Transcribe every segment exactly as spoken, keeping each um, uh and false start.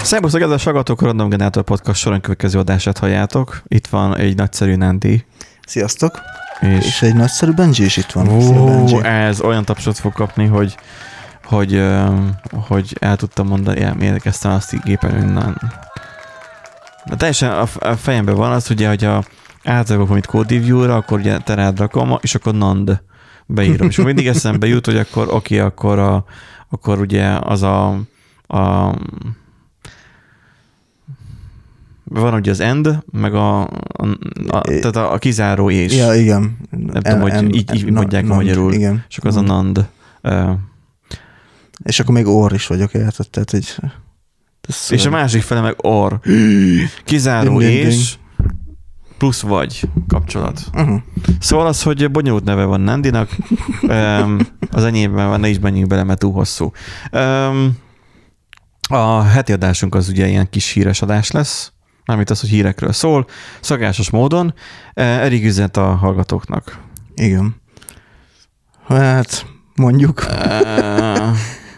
Szerbusztok, ez a Sagatok Random Generator Podcast soron következő adását halljátok. Itt van egy nagyszerű Nandi. Sziasztok! És, és egy nagyszerű Benji is itt van. Ó, ez olyan tapsot fog kapni, hogy, hogy, hogy el tudtam mondani, miért kezdtem azt így gépen innen. De teljesen a fejemben van az, ugye, hogy a átragok valamit Code Review-ra, akkor ugye te rád rakom, és akkor Nand beírom. És mindig eszembe jut, hogy akkor oké, okay, akkor, a, akkor ugye az a, a van ugye az end, meg a, a, a, tehát a, a kizáró és. Ja, igen. Nem en, tudom, hogy en, így, így en, mondják a magyarul. Igen. És akkor az a nand. Uh, és akkor még or is vagyok, érted? Tehát, hogy és a másik fele meg or. Kizáró ding, és ding. Plusz vagy kapcsolat. Uh-huh. Szóval az, hogy bonyolult neve van Nandinak, um, az enyémben van, ne is menjünk bele, mert túl hosszú. Um, a heti adásunk az ugye ilyen kis híres adás lesz, mármint az, hogy hírekről szól, szakásos módon. Elég üzlet a hallgatóknak. Igen. Hát, mondjuk. Uh...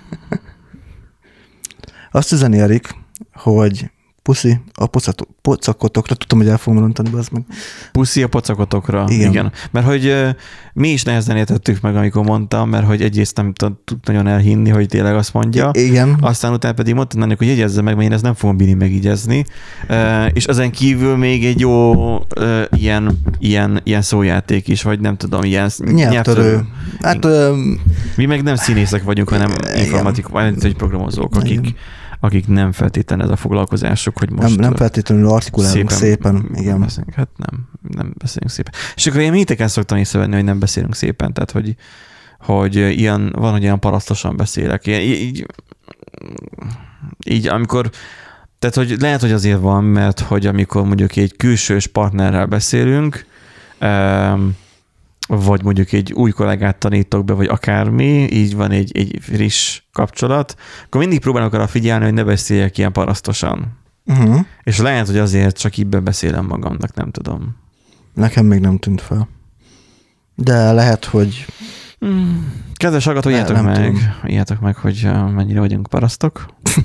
Azt üzeni Erik, hogy puszi a pocakotokra, tudtam, hogy el fogom rontani, be az meg. Puszi a pocakotokra, igen. igen. Mert hogy uh, mi is nehezen értettük meg, amikor mondtam, mert hogy egyrészt nem tud nagyon elhinni, hogy tényleg azt mondja. Igen. Aztán utána pedig mondtam neki, hogy jegyezze meg, mert én ezt nem fogom bírni megígyezni. Uh, és ezen kívül még egy jó uh, ilyen, ilyen, ilyen szójáték is, vagy nem tudom, ilyen nyelvtörő. Hát, uh, mi meg nem színészek vagyunk, hanem informatikai, vagy programozók, akik igen. akik nem feltétlenül ez a foglalkozásuk, hogy most... Nem, nem feltétlenül artikulálunk szépen. szépen igen. Beszélünk. Hát nem, nem beszélünk szépen. És akkor én mindig el szoktam észrevenni, hogy nem beszélünk szépen, tehát hogy, hogy ilyen, van, hogy ilyen parasztosan beszélek. Így, így, így amikor... Tehát, hogy lehet, hogy azért van, mert hogy amikor mondjuk egy külsős partnerrel beszélünk, um, vagy mondjuk egy új kollégát tanítok be, vagy akármi, így van egy, egy friss kapcsolat, akkor mindig próbálok arra figyelni, hogy ne beszéljek ilyen parasztosan. Uh-huh. És lehet, hogy azért csak így beszélem magamnak, nem tudom. Nekem még nem tűnt fel. De lehet, hogy... Hmm. Kedves hallgató, írjátok meg, írjátok meg, hogy mennyire vagyunk parasztok.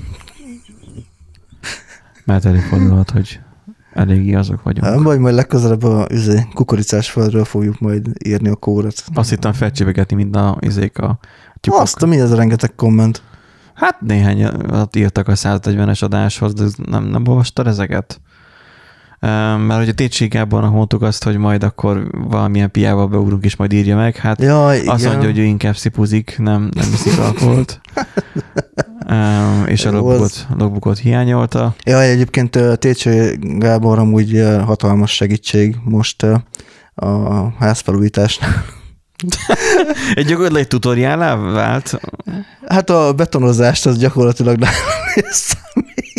Mert előfordulhat, hogy eléggé azok vagyunk. Nem baj, majd legközelebb a üzé, kukoricás földről fogjuk majd írni a kórat. Azt hittem felcsibegetni, mint a izék a tyúkok. Azt, mi ez a rengeteg komment? Hát néhány írtak a száznegyvenes adáshoz, de nem, nem olvastad ezeket? Mert hogy a Tétség Gábornak mondtuk azt, hogy majd akkor valamilyen piával beugrunk, és majd írja meg. Hát ja, azt igen. mondja, hogy ő inkább szipuzik, nem, nem viszik alkoholt. Um, és a logbookot, logbookot hiányolta. Ja, egyébként Tétség Gábor amúgy hatalmas segítség most a házfelújításnál. Egy gyakorlatilag egy tutoriálá vált? Hát a betonozást az gyakorlatilag nem néztem még.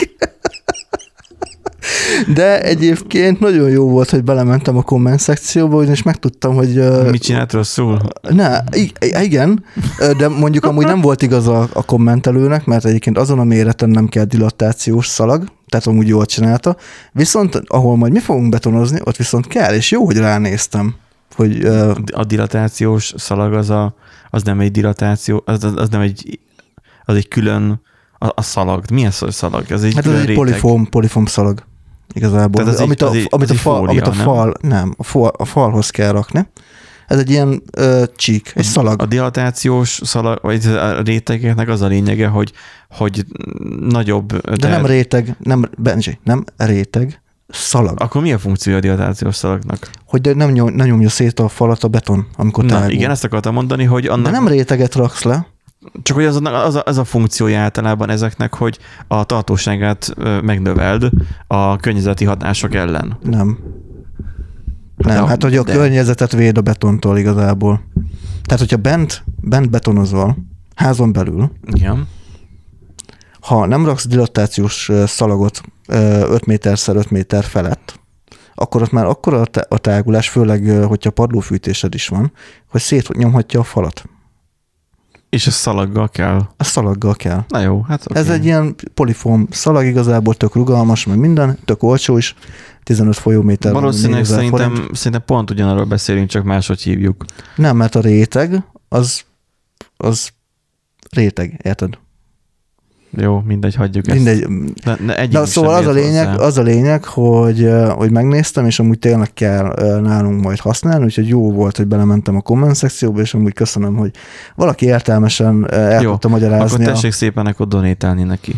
De egyébként nagyon jó volt, hogy belementem a komment szekcióba, és megtudtam, hogy... Mit csinált rosszul? Ne, igen, de mondjuk amúgy nem volt igaz a, a kommentelőnek, mert egyébként azon a méreten nem kell dilatációs szalag, tehát amúgy jól csinálta, viszont ahol majd mi fogunk betonozni, ott viszont kell, és jó, hogy ránéztem. Hogy, uh, a dilatációs szalag az, a, az nem egy dilatáció, az, az, az nem egy, az egy külön, a, a szalag, milyen szalag? Az egy hát ez egy polifóm, polifóm szalag. Igazából. Az amit, egy, a, egy, amit, a fal, fólia, amit a nem? fal, nem, a, fal, a falhoz kell rakni. Ez egy ilyen ö, csík, egy szalag. A dilatációs szalag, vagy a rétegeknek az a lényege, hogy, hogy nagyobb... De ter... nem réteg, nem, Benji, nem réteg, szalag. Akkor mi a funkciója a dilatációs szalagnak? Hogy nem, nyom, nem nyomja szét a falat a beton, amikor tágul. Na, igen, ezt akartam mondani, hogy annak... De nem réteget raksz le. Csak hogy az, az, a, az a funkciója általában ezeknek, hogy a tartóságát megnöveld a környezeti hatások ellen. Nem. Nem, de, hát hogy a de... környezetet véd a betontól igazából. Tehát, hogyha bent, bent betonozol, házon belül, igen. Ha nem raksz dilatációs szalagot öt méterszer öt méter felett, akkor ott már akkora a tágulás, főleg, hogyha padlófűtésed is van, hogy szétnyomhatja a falat. És a szalaggal kell? A szalaggal kell. Na jó, hát okay. Ez egy ilyen polifóm szalag, igazából tök rugalmas, meg minden, tök olcsó is, tizenöt folyóméter. Valószínűleg szerintem, szerintem pont ugyanarról beszélünk, csak máshogy hívjuk. Nem, mert a réteg, az, az réteg, érted? Jó, mindegy, hagyjuk ezt. Mindegy. Ne, ne, Na, szóval az a, lényeg, az a lényeg, hogy, hogy megnéztem, és amúgy tényleg kell nálunk majd használni, úgyhogy jó volt, hogy belementem a komment szekcióba, és amúgy köszönöm, hogy valaki értelmesen el jó, tudta magyarázni. Akkor tessék a... szépen akkor donétálni neki.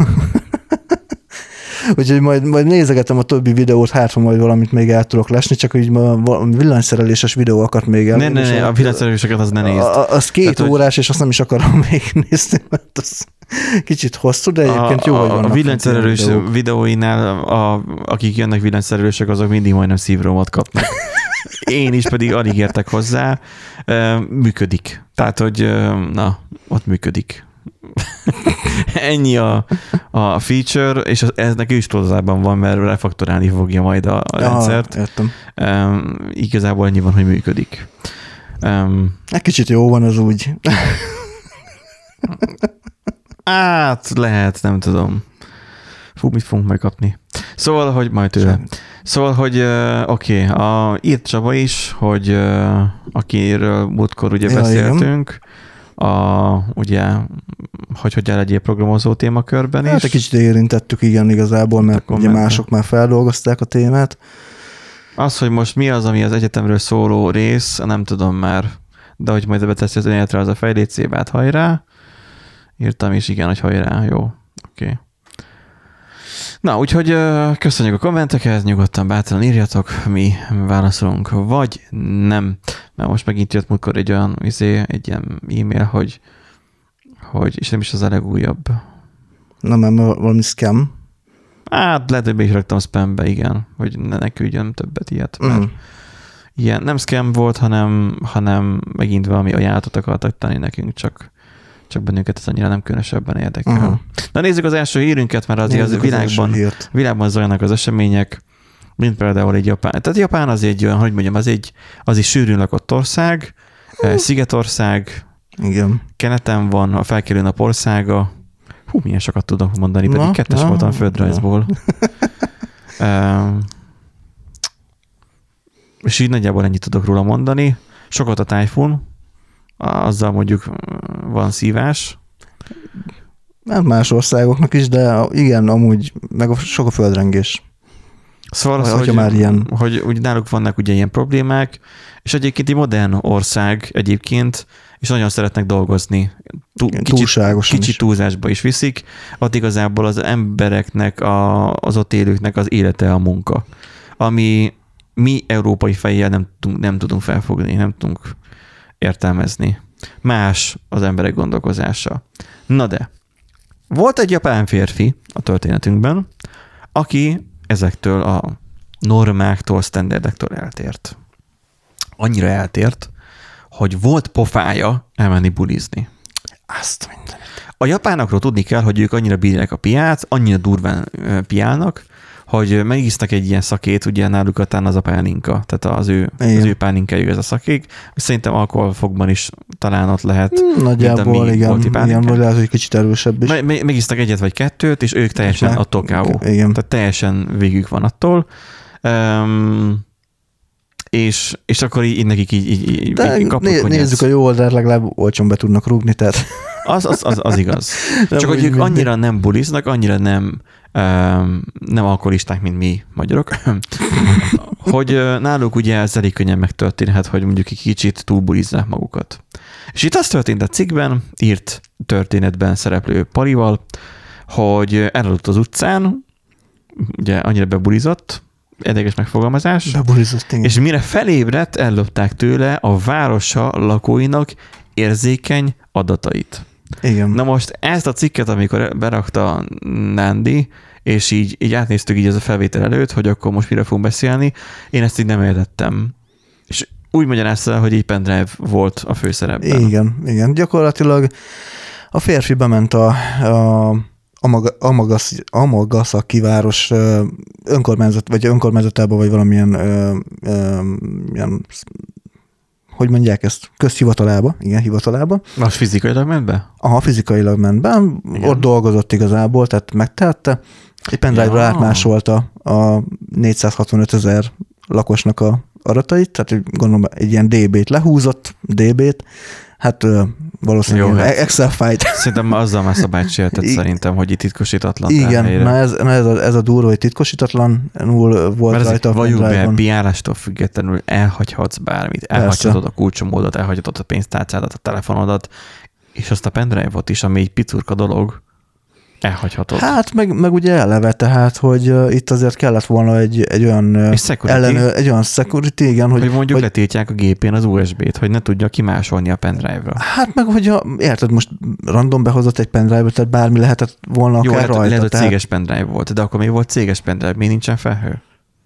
Úgyhogy majd, majd nézegetem a többi videót, hát ha majd valamit még el tudok lesni, csak így villanyszereléses videókat még el. Ne, ne, ne, a villanyszereléseket az ne nézd. A, az két Tehát, órás, hogy... és azt nem is akarom még nézni, mert az kicsit hosszú, de egyébként jó, a, hogy vannak. A villanyszerelős videóinál, a, akik jönnek villanyszerelősek, azok mindig majdnem szívromat kapnak. Én is pedig alig értek hozzá. Működik. Tehát, hogy na, ott működik. Ennyi a, a feature, és ez, ez neki is tudatában van, mert refaktorálni fogja majd a, a rendszert. Értem. Um, igazából ennyi van, hogy működik. Um, Egy kicsit jó van az úgy. Hát lehet, nem tudom. Fú, mit fogunk megkapni? Szóval, hogy majd tőle. Szóval, hogy uh, oké, okay, írt Csaba is, hogy uh, akiről múltkor ugye ja, beszéltünk, igen. A, ugye, hogy hogy legyél programozó témakörben is. Hát egy kicsit érintettük, igen, igazából, mert ugye mások már feldolgozták a témát. Az, hogy most mi az, ami az egyetemről szóló rész, nem tudom már, de hogy majd beteszi az önéletre, az a fejlécébát, hajrá. Írtam is, igen, hogy hajrá, jó, oké. Okay. Na, úgyhogy köszönjük a kommenteket, nyugodtan bátran írjatok, mi válaszolunk, vagy nem. Mert most megint jött múltkor egy olyan izé, egy ilyen e-mail, hogy, hogy és nem is az a legújabb. Na, mert valami scam. Hát lehet, hogy be is raktam spambe, igen, hogy ne, ne küldjön többet ilyet, mert mm. ilyen nem scam volt, hanem, hanem megint valami ajánlatot akartak tenni nekünk, csak csak bennünket ez annyira nem különösebben érdekel. Uh-huh. Na nézzük az első hírünket, mert azért az világban, világban zajlanak az események, mint például egy Japán. Tehát Japán az egy olyan, hogy mondjam, az egy, az egy sűrűn lakott ország, uh-huh. szigetország, igen. Keleten van, a felkelő nap országa. Hú, milyen sokat tudok mondani, pedig na, kettes na, voltam földrajzból. uh, és így nagyjából ennyit tudok róla mondani. Sokat a tájfun, azzal mondjuk van szívás. Nem más országoknak is, de igen, amúgy meg sok a földrengés. Szóval az, hogy, már ilyen... hogy úgy náluk vannak ugye ilyen problémák, és egyébként egy modern ország egyébként, és nagyon szeretnek dolgozni. Tú, igen, kicsit, kicsit túlzásba is viszik, ott igazából az embereknek, a, az ott élőknek az élete a munka. Ami mi európai fejjel nem, nem tudunk felfogni, nem tudunk értelmezni. Más az emberek gondolkozása. Na de, volt egy japán férfi a történetünkben, aki ezektől a normáktól, sztenderdektől eltért. Annyira eltért, hogy volt pofája elmenni bulizni. Azt mindenit. A japánokról tudni kell, hogy ők annyira bírják a piát, annyira durván piálnak, hogy megisznak egy ilyen szakét, ugye náluk után az a pálinka, tehát az ő, az ő pálinkájuk ez a szakék. Szerintem alkoholfogban is talán ott lehet. Nagyjából, igen, igen, vagy lehet, hogy kicsit erősebb is. Me, me, megisztak egyet vagy kettőt, és ők teljesen és attól ká ó. Igen. Tehát teljesen végük van attól. Um, és, és akkor így, így nekik így, így, így kapnak né, nézzük a jó oldalt, legalább olcsón be tudnak rúgni, tehát... Az, az, az, az igaz. Csak hogy ők annyira nem buliznak, annyira nem, um, nem alkoholisták, mint mi magyarok, hogy náluk ugye ez elég könnyen megtörténhet, hogy mondjuk egy kicsit túlbulizzák magukat. És itt az történt a cikkben, írt történetben szereplő parival, hogy elaludt az utcán, ugye annyira bebulizott, érdekes megfogalmazás, és mire felébredt, ellopták tőle a városa lakóinak érzékeny adatait. Igen. Na most ezt a cikket, amikor berakta Nandi, és így, így átnéztük így ez a felvétel előtt, hogy akkor most mire fogunk beszélni, én ezt így nem értettem. És úgy magyarázta, hogy így pendrive volt a főszerepben. Igen, igen. Gyakorlatilag a férfi bement a, a Amagasaki város önkormányzat, vagy önkormányzatában, vagy valamilyen ö, ö, ilyen, hogy mondják ezt, közhivatalába, igen, hivatalába. Az fizikailag ment be? Aha, fizikailag ment be, igen. Ott dolgozott igazából, tehát megtehette. Egy pendrive-ra ja. átmásolta a négyszázhatvanöt ezer lakosnak a adatait, tehát gondolom egy ilyen dé bét lehúzott, dé bét, hát valószínűleg Jó, hát. Excel fájt. Szerintem azzal már szabályt sértett szerintem, hogy itt titkosítatlan Igen, helyre. na ez, na ez, a, ez a durva, hogy titkosítatlanul volt Mert rajta a valljuk be, pendrive-on. bejárástól függetlenül elhagyhatsz bármit. Elhagyhatod a kulcsomódat, elhagyhatod a pénztárcádat, a telefonodat, és azt a pendrive-ot is, ami egy picurka dolog, elhagyhatod. Hát, meg, meg ugye eleve, tehát, hogy uh, itt azért kellett volna egy, egy olyan uh, ellenő, egy olyan security, igen, hogy, hogy... hogy mondjuk hogy, letiltják a gépén az u es bé-t, hogy ne tudja kimásolni a pendrive-ra. Hát meg, hogyha érted, most random behozott egy pendrive-t, tehát bármi lehetett volna Jó, akár lehet, rajta. lehet, hogy tehát... céges pendrive volt, de akkor még volt céges pendrive, miért nincsen felhő?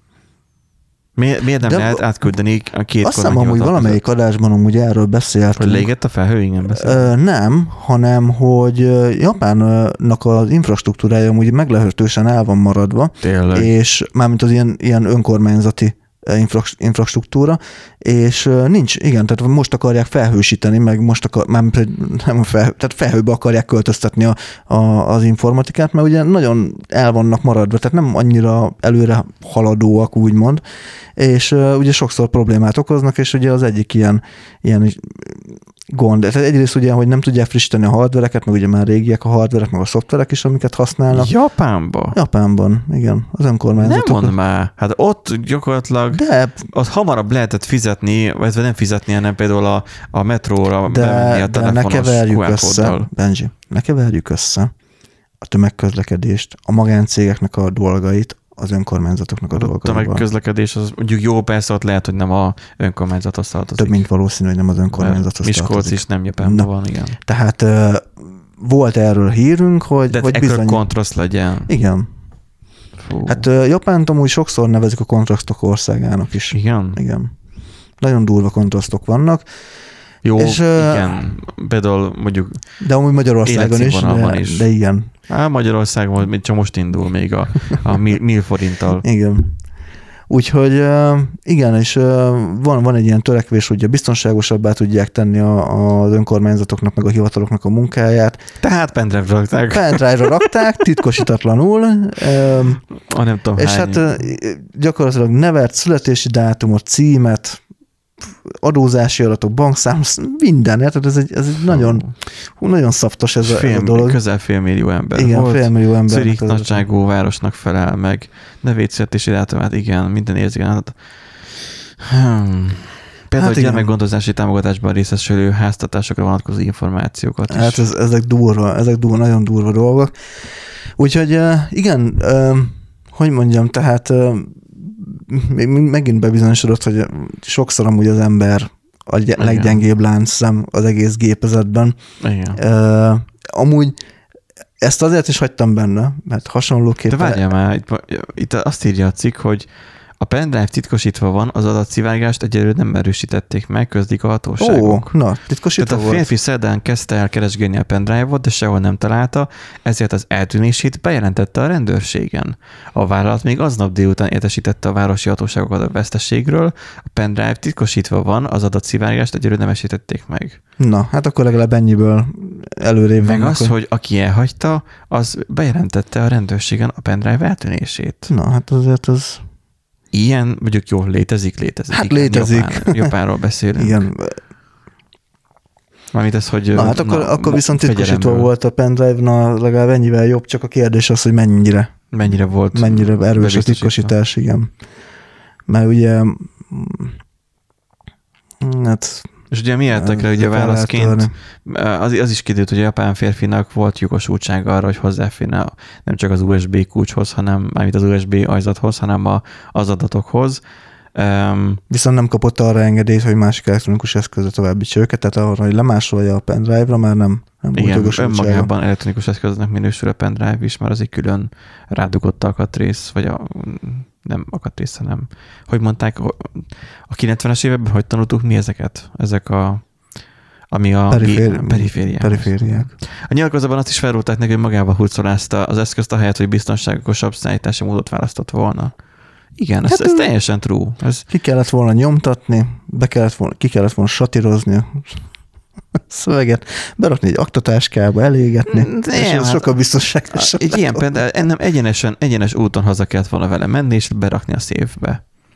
Miért, miért nem de lehet átküldeni a két azt hiszem, amúgy valamelyik között? Adásban amúgy erről beszéltünk. Hogy leégett a felhő? Igen, Ö, nem, hanem, hogy Japánnak az infrastruktúrája amúgy meglehetősen el van maradva. Tényleg. És mármint az ilyen, ilyen önkormányzati infrastruktúra, és nincs, igen, tehát most akarják felhősíteni, meg most akar, mármint nem fel, tehát felhőbe akarják költöztetni a, a, az informatikát, mert ugye nagyon el vannak maradva, tehát nem annyira előre haladóak, úgymond, és uh, ugye sokszor problémát okoznak, és ugye az egyik ilyen, ilyen gond. Tehát egyrészt ugye, hogy nem tudják frissíteni a hardvereket, meg ugye már régiek a hardverek, meg a szoftverek is, amiket használnak. Japánban? Japánban, igen, az önkormányzatok. Nem mondd már. Hát ott gyakorlatilag de, ott hamarabb lehetett fizetni, vagy nem fizetni, hanem például a, a metróra de, bemenni a telefonos de ne keverjük kú er össze, kóddal. Benji, ne keverjük össze a tömegközlekedést, a magáncégeknek a dolgait, az önkormányzatoknak a, a dolgaival. A tömegközlekedés, az mondjuk jó, persze ott lehet, hogy nem a önkormányzathoz tartozik. Több mint valószínű, hogy nem az önkormányzathoz tartozik. Miskolc is nem Japánban van, igen. Tehát uh, volt erről hírünk, hogy, de hogy bizony... kontraszt legyen. Igen. Fú. Hát uh, Japánt amúgy sokszor nevezik a kontrasztok országának is. Igen? Igen. Nagyon durva kontrasztok vannak. Jó, és, igen. Például mondjuk de amúgy Magyarországon is de, is, de igen. Á, Magyarországon még csak most indul még a, a mil, mil forinttal. Igen. Úgyhogy igen, és van, van egy ilyen törekvés, hogy biztonságosabbá tudják tenni a, az önkormányzatoknak, meg a hivataloknak a munkáját. Tehát pendrive-ra rakták. Pendrive-ra rakták, titkosítatlanul. A nem tudom és hány. hát gyakorlatilag nevet, születési dátumot, címet, adózási adatok, bankszám, minden, tehát ez egy, ez egy nagyon, hú, nagyon szaftos ez, fél, ez a dolog. Közel félmillió ember igen, volt. félmillió ember. Zürich nagyságú városnak felel meg. Nevét, születési dátumát, igen, minden érzékenyet. Hmm. Például hát gyermekgondozási támogatásban részesülő háztartásokra vonatkozó információkat is. Hát ez, ezek durva, ezek durva, nagyon durva dolgok. Úgyhogy igen, hogy mondjam, tehát megint bebizonyosodott, hogy sokszor amúgy az ember a gy- leggyengébb láncszem az egész gépezetben. Igen. Uh, amúgy ezt azért is hagytam benne, mert hasonlóképpen... De várjál már, itt, itt azt írja a cikk, hogy a pendrive titkosítva van, az adatszivárgást egyelőre nem erősítették meg, közlik a hatóságok. Ó, na, titkosítva Tehát a volt. férfi szerdán kezdte el keresgélni a pendrive-ot, de sehol nem találta, ezért az eltűnését bejelentette a rendőrségen. A vállalat még aznap délután értesítette a városi hatóságokat a veszteségről, a pendrive titkosítva van, az adatszivárgást egyelőre nem erősítették meg. Na, hát akkor legalább ennyiből előrébb Meg vannak, az, hogy aki elhagyta, az bejelentette a rendőrségen a pendrive eltűnését. Na, hát azért az... Ilyen, mondjuk jó, létezik, létezik. Hát igen, létezik. Japán, Japánról beszélünk. Igen. Mármint ez, hogy... Na, hát akkor, na, akkor viszont titkosítva fegyelemből. volt a pendrive, na legalább ennyivel jobb, csak a kérdés az, hogy mennyire. Mennyire volt Mennyire erős a titkosítás, igen. Mert ugye... Hát... És ugye mi eltekre ugye válaszként, az, az is kiderült, hogy a japán férfinak volt jogosultsága arra, hogy hozzáférne nem csak az u es bé kulcshoz, hanem mármint az u es bé ajzathoz, hanem a, az adatokhoz. Um, Viszont nem kapott arra engedélyt, hogy másik elektronikus eszközre továbbítsa őket, tehát arra, hogy lemásolja a pendrive-ra, már nem, nem volt igen, jogosultsága. önmagában elektronikus eszköznek minősül a pendrive is, mert az egy külön rádugott alkatrész, vagy a, nem alkatrész, hanem, hogy mondták, a kilencvenes években hogy tanultuk mi ezeket? Ezek a ami a Periféri- perifériák. perifériák. A nyilatkozatban azt is felrúgták neki, hogy magával hurcolázta az eszközt, ahelyett, hogy biztonságosabb szállítási módot választott volna. Igen, hát ez, ez teljesen true. Ez... Ki kellett volna nyomtatni, be kellett volna, ki kellett volna satírozni a szöveget, berakni egy aktatáskába, elégetni, de és ez hát, sokkal biztonságosabb. Egy ilyen például, nem egyenesen, egyenes úton haza kellett volna vele menni, és berakni a széfbe.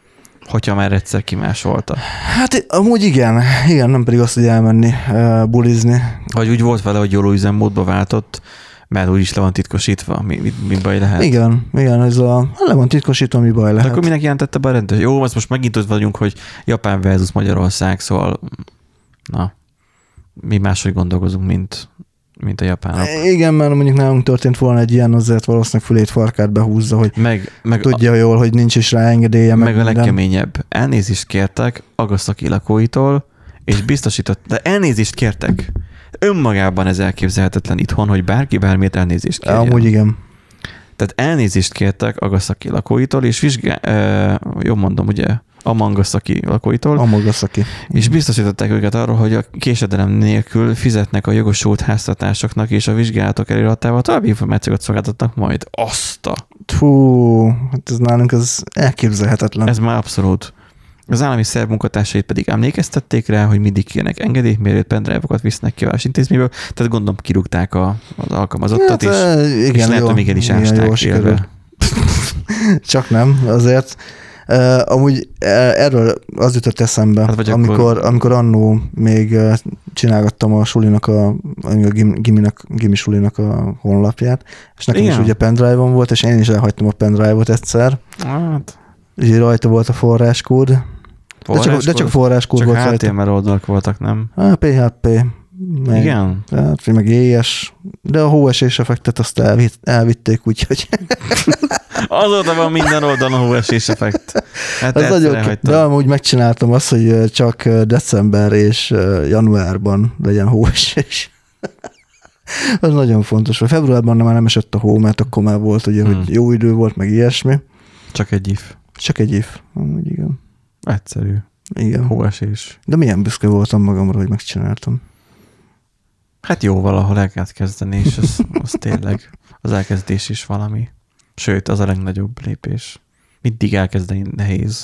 Hogyha már egyszer kimásolta. Hát amúgy igen, igen, nem pedig azt, hogy elmenni uh, bulizni. Vagy úgy volt vele, hogy jóló üzemmódba váltott, mert úgyis le van titkosítva, mi, mi, mi baj lehet. Igen, igen, ez a, le van titkosítva, mi baj lehet. De akkor minek jelentette be a rendes? Jó, azt most megint ott vagyunk, hogy Japán versus Magyarország, szóval na, mi máshogy gondolkozunk, mint, mint a japánok. Igen, mert mondjuk nálunk történt volna egy ilyen, azért valószínűleg fülét farkát behúzza, hogy meg, meg tudja a, jól, hogy nincs is rá engedélye. Meg, meg meg a minden. legkeményebb. Elnézést kértek Agaszaki lakóitól, és biztosított, de elnézést kértek. Önmagában ez elképzelhetetlen itthon, hogy bárki bármiért elnézést kérjen. Amúgy igen. Tehát elnézést kértek Agaszaki lakóitól, és vizsgál, e, jó mondom, ugye, Amangasaki lakóitól, Amangasaki. és biztosították őket arról, hogy a késedelem nélkül fizetnek a jogosult háztartásoknak, és a vizsgálatok eliratával további információkat szolgáltatnak majd. Azt a... Hú, hát ez nálunk ez elképzelhetetlen. Ez már abszolút. Az állami szerv munkatársait pedig emlékeztették rá, hogy mindig kérnek engedélyt, mielőtt pendrive-okat visznek ki a intézményből, tehát gondolom kirúgták a, az alkalmazottat, hát, és, igen, és lehet, jó, hogy még el is igen, ásták jól félbe. Csak nem, azért. Uh, amúgy erről az jutott eszembe, hát amikor, akkor... amikor annó még csinálgattam a sulinak, a, a giminek, gimi sulinak a honlapját, és nekem igen. is ugye pendrive-on volt, és én is elhagytam a pendrive-ot egyszer. Hát... És rajta volt a forráskód. De csak, de csak forráskód csak volt há té em el rajta. oldalak voltak, nem? Ah, pé há pé. Meg, Igen? Hát, meg é es. De a hó esés effektet azt elvitt, elvitték, úgyhogy... Azóta van minden oldalon hóesés effekt. Hát Ez nagyon, de amúgy megcsináltam azt, hogy csak december és januárban legyen hóesés. Az nagyon fontos. Februárban már nem esett a hó, mert akkor már volt, ugye, hmm. hogy jó idő volt, meg ilyesmi. Csak egy if. Csak egy if. Amúgy igen. Egyszerű. Igen. Hóesés. De milyen büszke voltam magamra, hogy megcsináltam. Hát jó, valahol el kell kezdeni, és az, az tényleg az elkezdés is valami. Sőt, az a legnagyobb lépés. Mindig elkezdeni nehéz,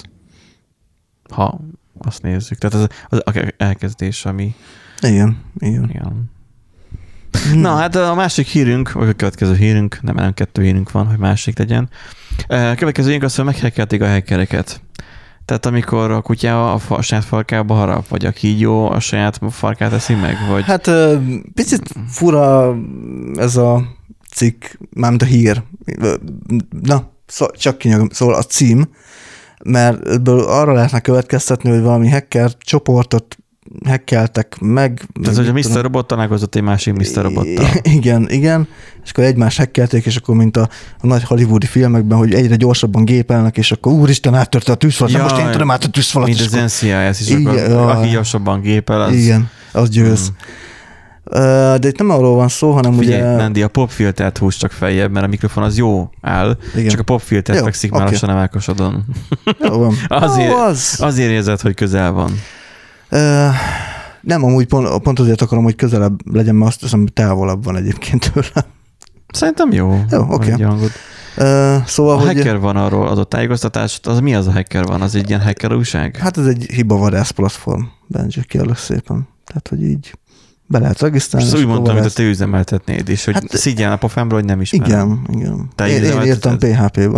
ha azt nézzük. Tehát az, az elkezdés, ami... Igen, igen. igen. Na, hát a másik hírünk, vagy a következő hírünk, nem, nem kettő hírünk van, hogy másik legyen. A következő hírünk az, hogy meghekkelték a hackereket. Tehát amikor a kutya a, fa, a saját farkába harap, vagy a kígyó a saját farkát eszi meg, vagy... Hát picit fura ez a cikk, mármint a hír. Na, szó, csak kinyagom, szóval a cím, mert ebből arra lehetne következtetni, hogy valami hacker csoportot hackeltek meg. Tehát, hogy a miszter Robot találkozott egy másik miszter Robottal. Igen, igen, és akkor egymást hackelték, és akkor mint a, a nagy hollywoodi filmekben, hogy egyre gyorsabban gépelnek, és akkor úristen, áttörte a tűzfalat, ja, most én tudom át a tűzfalat. Mint az en cé i es is, igen, akkor, aki gyorsabban gépel, az... Igen, az győz. Hmm. De itt nem arról van szó, hanem Figyelj, ugye... Nandi, a popfiltert húz csak feljebb, mert a mikrofon az jó áll, igen. Csak a popfiltert jó, fekszik már okay. lassan a melkosodon. Jó van. azért, Ó, az... azért érzed, hogy közel van. Uh, nem, amúgy pont, pont azért akarom, hogy közelebb legyen, mert azt hiszem, hogy távolabb van egyébként tőlem. Szerintem jó. Jó, oké. Okay. Uh, szóval, a hogy... hacker van arról adott tájékoztatást, az mi az a hacker van? Az egy ilyen hacker újság? Hát ez egy hibavadász platform, Benji, kérlek szépen. Tehát, hogy így be lehet regisztrálni. És úgy mondtam, hogy te üzemeltetnéd, és hogy hát, szidjál a pofámról, hogy nem ismerem. Igen, igen. Te én, én írtam pé há pé-ben.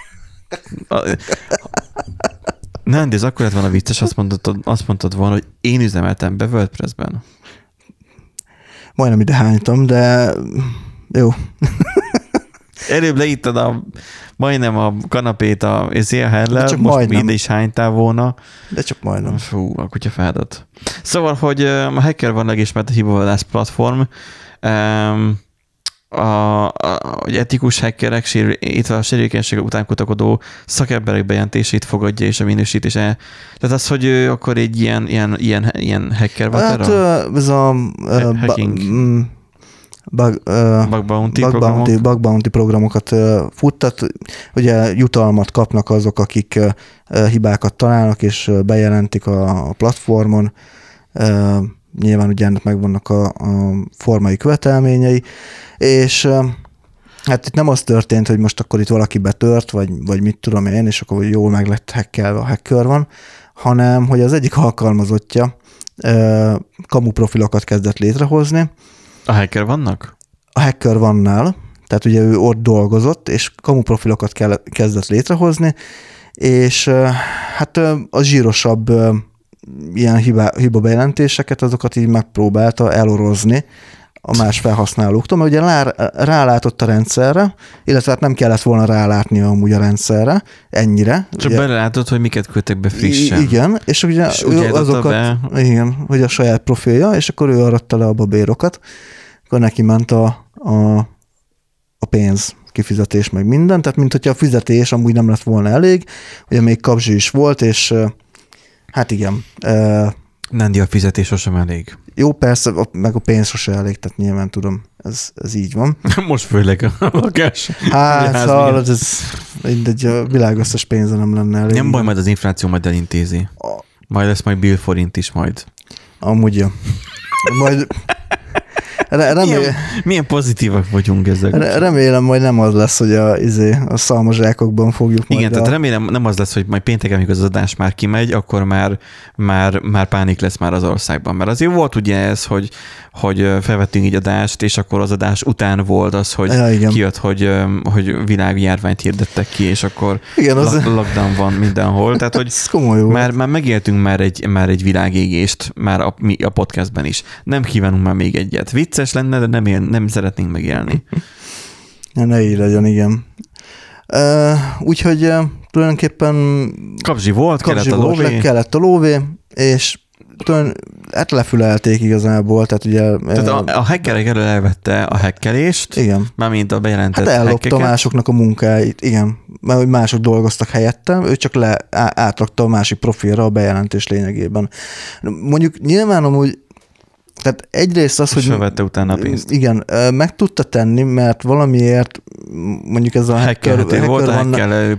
Nem, de ez akkor lett volna vicces, azt mondtad, azt mondtad volna, hogy én üzemeltem be WordPress-ben. Majdnem ide hánytam, de jó. Előbb leíttad a, majdnem a kanapét a zé há el-lel, most majdnem. Mind is hánytál volna. De csak majdnem. Fú, a kutya fáradt. Szóval, hogy a hacker van legismert a hibavadász platform, um, a, a, a etikus hackerek, itt a sérülékenység után kutakodó szakemberek bejelentését fogadja és a minősítése. Tehát az, hogy ő akkor egy ilyen, ilyen, ilyen, ilyen hacker volt hát, erre? ez a... Uh, hacking. Ba, Bug, uh, bug, bounty bug, bounty, bug bounty programokat uh, futtat. Ugye jutalmat kapnak azok, akik uh, hibákat találnak, és uh, bejelentik a, a platformon. Uh, nyilván ugye ennek megvannak a, a formai követelményei, és uh, hát itt nem az történt, hogy most akkor itt valaki betört, vagy, vagy mit tudom én, és akkor jól meg lett hackelve, a hacker van, hanem hogy az egyik alkalmazottja uh, kamu profilokat kezdett létrehozni. A hacker vannak? A hacker vannál, tehát ugye ő ott dolgozott, és kamu profilokat kell, kezdett létrehozni, és hát a zsírosabb ilyen hiba, hiba bejelentéseket, azokat így megpróbálta elorozni a más felhasználóktól, mert ugye rá, rálátott a rendszerre, illetve hát nem kellett volna rálátni amúgy a rendszerre ennyire. Csak ugye, belelátod, hogy miket küldtek be frissen. Igen, és ugye és ő azokat, be. Igen, hogy a saját profilja, és akkor ő aratta le a babérokat, akkor neki ment a, a, a pénz kifizetés meg minden, tehát mint hogyha a fizetés amúgy nem lett volna elég, ugye még kapzsi is volt, és hát igen. Nandi, a fizetés sosem elég. Jó, persze, meg a pénz sosem elég, tehát nyilván tudom, ez, ez így van. Most főleg a lakás. Hát, szóval ez mindegy, a világ összes pénze nem lenne elég. Nem baj, majd az infláció majd elintézi. Majd lesz majd bill forint is majd. Amúgy, ja. Majd... Remélem, milyen, milyen pozitívak vagyunk ezzel. Remélem, majd nem az lesz, hogy a, izé, a szalmazsákokban fogjuk Igen, majd tehát a... remélem nem az lesz, hogy majd pénteken, amikor az adás már kimegy, akkor már, már, már pánik lesz már az országban. Mert azért volt ugye ez, hogy, hogy felvettünk így adást, és akkor az adás után volt az, hogy ja, kijött, hogy, hogy világjárványt hirdettek ki, és akkor igen, az... lockdown van mindenhol. Tehát, hogy már, már megéltünk már egy, már egy világégést, már a, mi a podcastben is. Nem kívánunk már még egyet. Vicces lenne, de nem, él, nem szeretnénk megélni. Ja, ne így legyen, igen. Uh, úgyhogy uh, tulajdonképpen... Kapzsi volt, kapzsi kellett a volt, lóvé. Kellett a lóvé, és hát lefülelték igazából, tehát ugye... Tehát a, a hackerek elől elvette a hackelést, igen. Mármint a bejelentett hát ellopta hackeket. Másoknak a munkáit, igen. Mert hogy mások dolgoztak helyette, ő csak le, átrakta a másik profilra a bejelentés lényegében. Mondjuk nyilván amúgy tehát egyrészt az, hogy... Sövette utána a pénzt. Igen, meg tudta tenni, mert valamiért mondjuk ez a hacker... hacker volt, a hacker...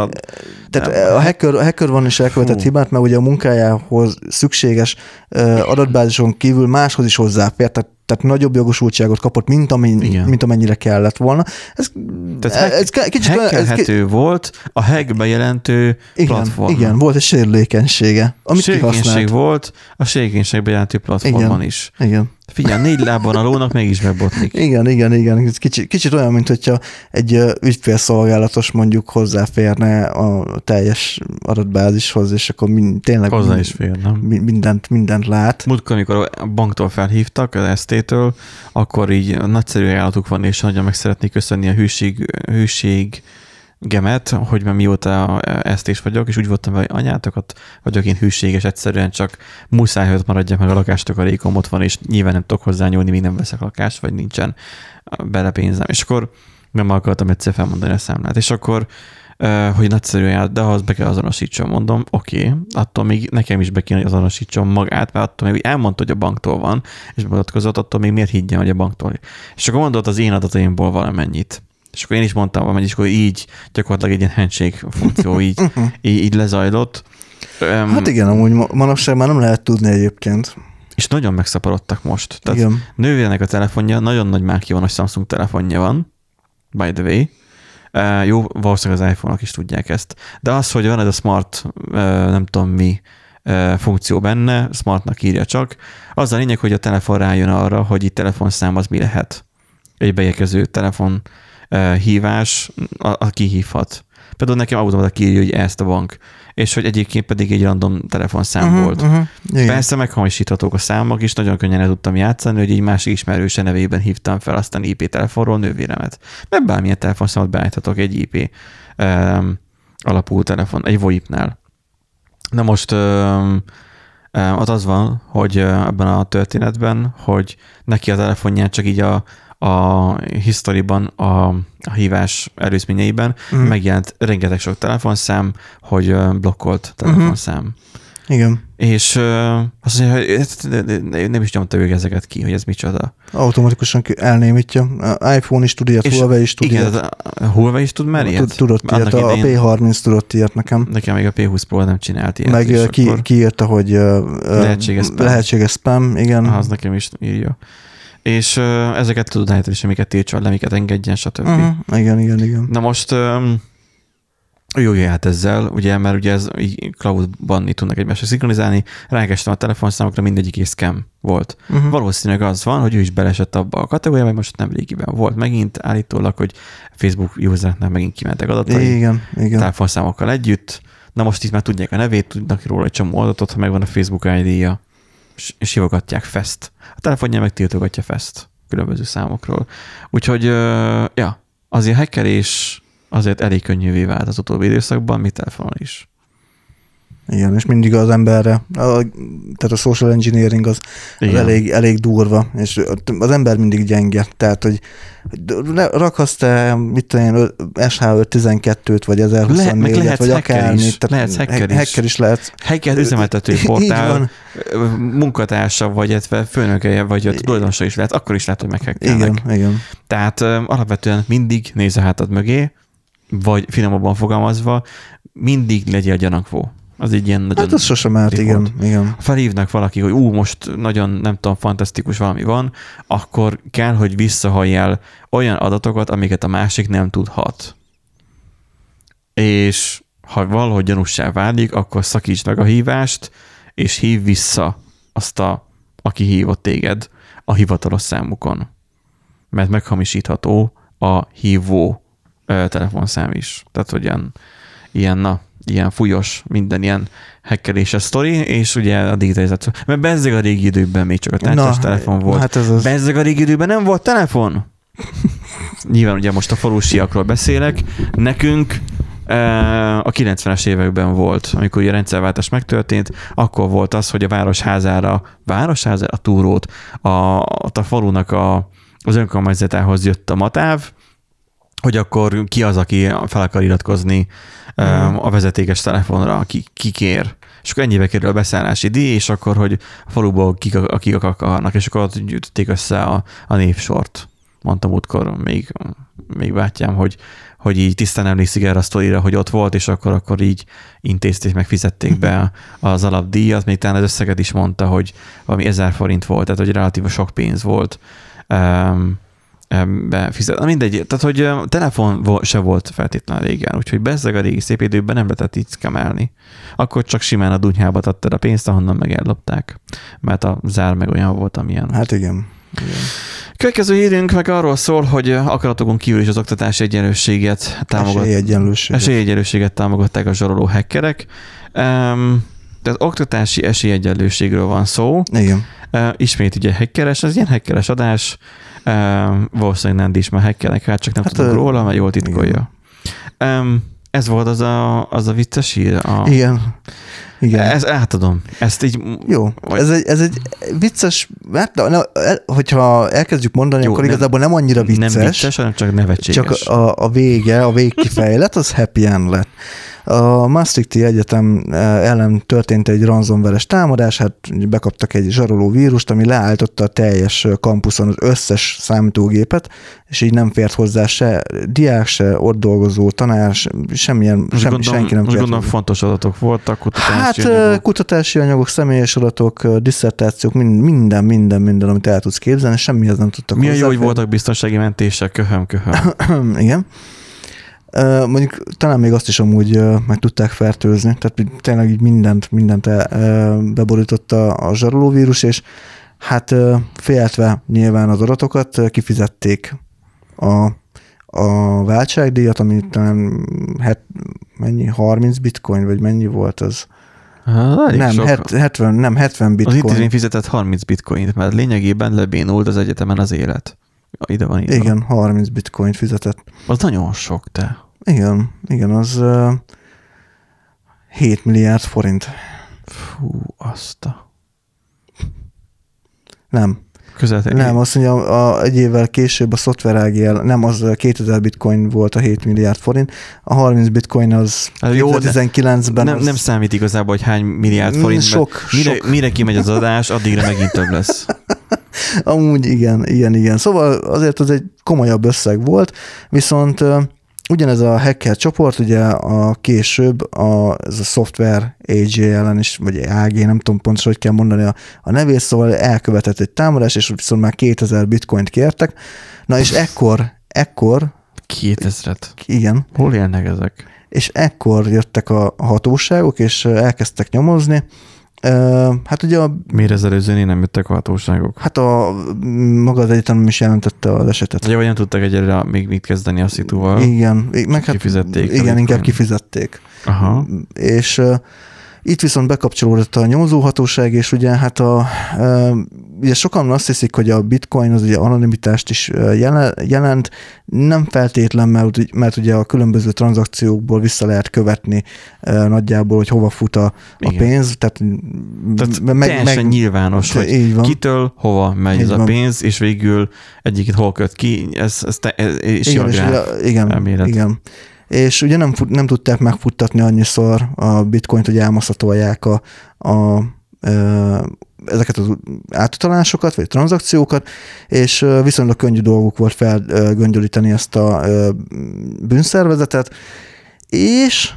Tehát a hacker, a hacker van is elkövetett Hú. hibát, mert ugye a munkájához szükséges adatbázison kívül máshoz is hozzáfért, tehát, tehát nagyobb jogosultságot kapott, mint, amin, mint amennyire kellett volna. Ez, tehát ez hack, kicsit... Hackerhető ez, volt a hack bejelentő igen, platform. Igen, volt egy sérülékenysége, amit sérülékenység kihasznált. volt a sérülékenység bejelentő platformon igen, is. Igen. Figyelj, négy lábon a lónak mégis bebotlik. Igen, igen, igen. Kicsit, kicsit olyan, mint hogyha egy ügyfélszolgálatos mondjuk hozzáférne a teljes adatbázishoz, és akkor mind, tényleg hozzá is fér, nem? Mindent, mindent lát. Múltkor, amikor a banktól felhívtak, az es té-től, akkor így nagyszerű ajánlatuk van, és nagyon meg szeretnék köszönni a hűség, hűség gemet, hogy már mióta es té-s vagyok, és úgy voltam, hogy anyátokat vagyok én hűséges, egyszerűen csak muszáj, hogy ott maradjak meg a lakástakarékom, ott van, és nyilván nem tudok hozzányúlni, még nem veszek lakást, vagy nincsen bele pénzem. És akkor nem akartam egyszer felmondani a számlát. És akkor, hogy nagyszerű ajánlat, de ahhoz be kell azonosítson, mondom, oké, okay, attól még nekem is be kéne, hogy azonosítson magát, mert attól még elmondta, hogy a banktól van, és beadatkozott, attól még miért higgyen, hogy a banktól. És akkor mondott az én adataimból valamennyit. És akkor én is mondtam valamit, és akkor így gyakorlatilag egy ilyen handshake funkció így, így, így lezajlott. Hát igen, amúgy manapság már nem lehet tudni egyébként. És nagyon megszaporodtak most. Tehát igen. Nővérnek a telefonja, nagyon nagy márki van, hogy Samsung telefonja van, by the way. Uh, jó, valószínűleg az iPhone-ok is tudják ezt. De az, hogy van ez a smart, uh, nem tudom mi, uh, funkció benne, smartnak írja csak, az a lényeg, hogy a telefon rájön arra, hogy itt telefonszám az mi lehet. Egy beérkező telefon uh, hívás, aki hívhat. Például nekem automata kiírja, hogy ezt a bank, és hogy egyébként pedig egy random telefonszám uh-huh, volt. Uh-huh. Persze meghamisíthatók a számok, és nagyon könnyen el tudtam játszani, hogy egy másik ismerőse nevében hívtam fel aztán i pé telefonról nővéremet. Mert bármilyen telefonszámot beállíthatok egy i pé um, alapú telefon, egy VoIP-nál. Na most um, um, ott az van, hogy uh, ebben a történetben, hogy neki a telefonján csak így a a historyban, a, a hívás előzményeiben uh-huh. megjelent rengeteg sok telefonszám, hogy blokkolt telefonszám. Uh-huh. Igen. És uh, azt mondja, hogy nem is nyomta ő ezeket ki, hogy ez micsoda. Automatikusan elnémítja. A iPhone is tud ilyet, és Huawei is tud igen, ilyet. A Huawei is tud már ilyet? Tudott ilyet, a P harminc tudott ilyet nekem. Nekem még a P húsz Pro nem csinált ilyet. Meg ki, akkor... kiírta, hogy lehetséges spam. Lehetséges spam, igen. Aha, az nekem is írja. És uh, ezeket tudod állítani, és amiket tiltson le, amiket engedjen, stb. Uh-huh. Igen, igen, igen. Na most um, Jó, jó, hát ezzel, ugye, mert ugye ez így cloudban itt tudnak egymásra szinkronizálni, rákerestem a telefonszámokra, mindegyik is scam volt. Uh-huh. Valószínűleg az van, hogy ő is belesett abba a kategóriába, mert most nem régiben volt megint állítólag, hogy Facebook usereknek megint kimentek adatai. Igen, igen. Telefonszámokkal együtt. Na most itt már tudják a nevét, tudnak róla egy csomó adatot, ha megvan a Facebook I D-ja, és hívogatják Fest. A telefonja meg tiltogatja Fest különböző számokról. Úgyhogy, ja, azért hackerés azért elég könnyűvé vált az utóbbi időszakban, mi telefonon is. Igen, és mindig az emberre, a, tehát a social engineering az, az elég, elég durva, és az ember mindig gyenge, tehát, hogy rakhatsz te, mit tudom én, S H ötszáztizenkettőt, vagy ezerhuszonnégyet, vagy akármit. Lehetsz hacker is. Hacker is lehet. Hacker üzemeltető portál, munkatársa, vagy etve főnökeje, vagy a tulajdonosa is lehet, akkor is lehet, hogy meghackelnek. Igen, igen. Tehát alapvetően mindig nézz a hátad mögé, vagy finomabban fogalmazva, mindig legyél gyanakvó. Az így ilyen nagyon... Hát az sosem állt, igen, igen. Felhívnak valaki, hogy ú, most nagyon, nem tudom, fantasztikus valami van, akkor kell, hogy visszahalljál olyan adatokat, amiket a másik nem tudhat. És ha valahogy gyanússá válik, akkor szakítsd meg a hívást, és hív vissza azt a, aki hívott téged a hivatalos számukon. Mert meghamisítható a hívó ö, telefonszám is. Tehát, hogy ilyen, ilyen na, ilyen fújos, minden ilyen hackeréses sztori, és ugye a digitalizáció. Mert bezzeg a régi időben még csak a tárcsás telefon volt. Hát az... Bezzeg a régi időben nem volt telefon. Nyilván ugye most a falusiakról beszélek. Nekünk a kilencvenes években volt, amikor a rendszerváltás megtörtént, akkor volt az, hogy a városházára, városházára, a túrót, a, a falunak a, az önkormányzatához jött a matáv, hogy akkor ki az, aki fel akar iratkozni hmm. a vezetékes telefonra, ki, ki kér. És akkor ennyibe kerül a beszállási díj, és akkor, hogy a faluból kik, akik akarnak, és akkor ott gyűjtötték össze a, a névsort. Mondtam útkor még, még bátyám, hogy, hogy így tisztán emlékszik erre a sztorira, hogy ott volt, és akkor, akkor így intézték, meg fizették be az alapdíjat, még talán az összeget is mondta, hogy valami ezer forint volt, tehát hogy relatív sok pénz volt. Um, befizet. Na mindegy, tehát hogy telefon se volt feltétlenül régen, úgyhogy bezzeg a régi szép időben nem lehetett így szkemelni. Akkor csak simán a dunyhába adtad a pénzt, ahonnan meg ellopták, mert a zár meg olyan volt, amilyen. Hát igen. igen. Következő hírünk meg arról szól, hogy akaratokon kívül is az oktatási egyenlőséget támogat. Esélyegyenlőséget. Esélyegyenlőséget támogatták a zsaroló hackerek. Um, tehát oktatási esélyegyenlőségről van szó. Igen. Uh, ismét ugye hackeres, ez ilyen hackeres adás. Uh, valószínűleg Nandi is már hackelnek, hát csak nem hát tudok róla, mert jól titkolja. Um, ez volt az a, az a vicces hír. A... Igen. Igen. Ez átadom. Ezt így... Jó. Vagy... Ez, egy, ez egy vicces, hát, ne, hogyha elkezdjük mondani, jó, akkor nem, igazából nem annyira vicces. Nem vicces, hanem csak nevetséges. Csak a, a vége, a végkifejlet, az happy end lett. A Maastrichti Egyetem ellen történt egy ransomware-es támadás, hát bekaptak egy zsaroló vírust, ami leállította a teljes kampuszon az összes számítógépet, és így nem fért hozzá se diák, se ott dolgozó tanár, semmilyen, sem, gondolom, senki nem fért gondolom hozzá. Fontos adatok voltak, kutatási hát, anyagok. kutatási anyagok, személyes adatok, disszertációk, minden, minden, minden, amit el tudsz képzelni, semmihez nem tudtak Milyen hozzá. jó, hogy voltak biztonsági mentések, köhöm, köhöm. Igen. Uh, mondjuk talán még azt is amúgy uh, meg tudták fertőzni, tehát tényleg így mindent, mindent uh, beborította a zsarolóvírus, és hát uh, féltve nyilván az adatokat uh, kifizették a, a váltságdíjat, ami talán het, mennyi, harminc bitcoin, vagy mennyi volt az? Ha, nem, het, hetven, nem, hetven bitcoin. Az intézmény fizetett harminc bitcoint, mert lényegében lebénult az egyetemen az élet. Ide van ide. Igen, harminc bitcoint fizetett. Az nagyon sok, te. Igen, igen, az uh, hét milliárd forint. Fú, azt a... Nem. Közel. Nem, azt mondja, a, egy évvel később a Software á gé el, nem, az kétezer bitcoin volt a hét milliárd forint, a harminc bitcoin az hát kétezer-tizenkilencben... Nem, az... nem számít igazából, hogy hány milliárd forint, sok, mire, sok. mire kimegy az adás, addigra megint több lesz. Amúgy igen, igen, igen. Szóval azért az egy komolyabb összeg volt, viszont uh, ugyanez a hacker csoport, ugye a később a, ez a Software á gé ellen is, vagy á gé, nem tudom pontosan, hogy kell mondani a, a nevét, szóval elkövetett egy támadás, és viszont már kétezer bitcoint kértek. Na és ekkor, ekkor... kétezret? Igen. Hol élnek ezek? és ekkor jöttek a hatóságok, és elkezdtek nyomozni. Hát ugye a... Miért ezzel előzőnél nem jöttek a hatóságok? Hát a maga az egyetem is jelentette az esetet. Ugye, vagy nem tudtak egyelőre még mit kezdeni a szitúval. Igen. Meg hát, kifizették. Igen, inkább kifizették. Aha. És uh, itt viszont bekapcsolódott a nyomozóhatóság, és ugye hát a, uh, ugye sokan azt hiszik, hogy a bitcoin az ugye anonimitást is jelent, nem feltétlen, mert, mert ugye a különböző tranzakciókból vissza lehet követni uh, nagyjából, hogy hova fut a, a pénz. Tehát, Tehát meg, teljesen meg, nyilvános, hogy kitől hova megy így ez van. A pénz, és végül egyiket hol köt ki, ez, ez, te, ez és igen, és ugye, igen, igen. És ugye nem, nem tudták megfuttatni annyiszor a bitcoint, hogy elmaszatolják a, a, a, ezeket az átutalásokat, vagy tranzakciókat, és viszonylag könnyű dolguk volt felgöngyölíteni ezt a bűnszervezetet, és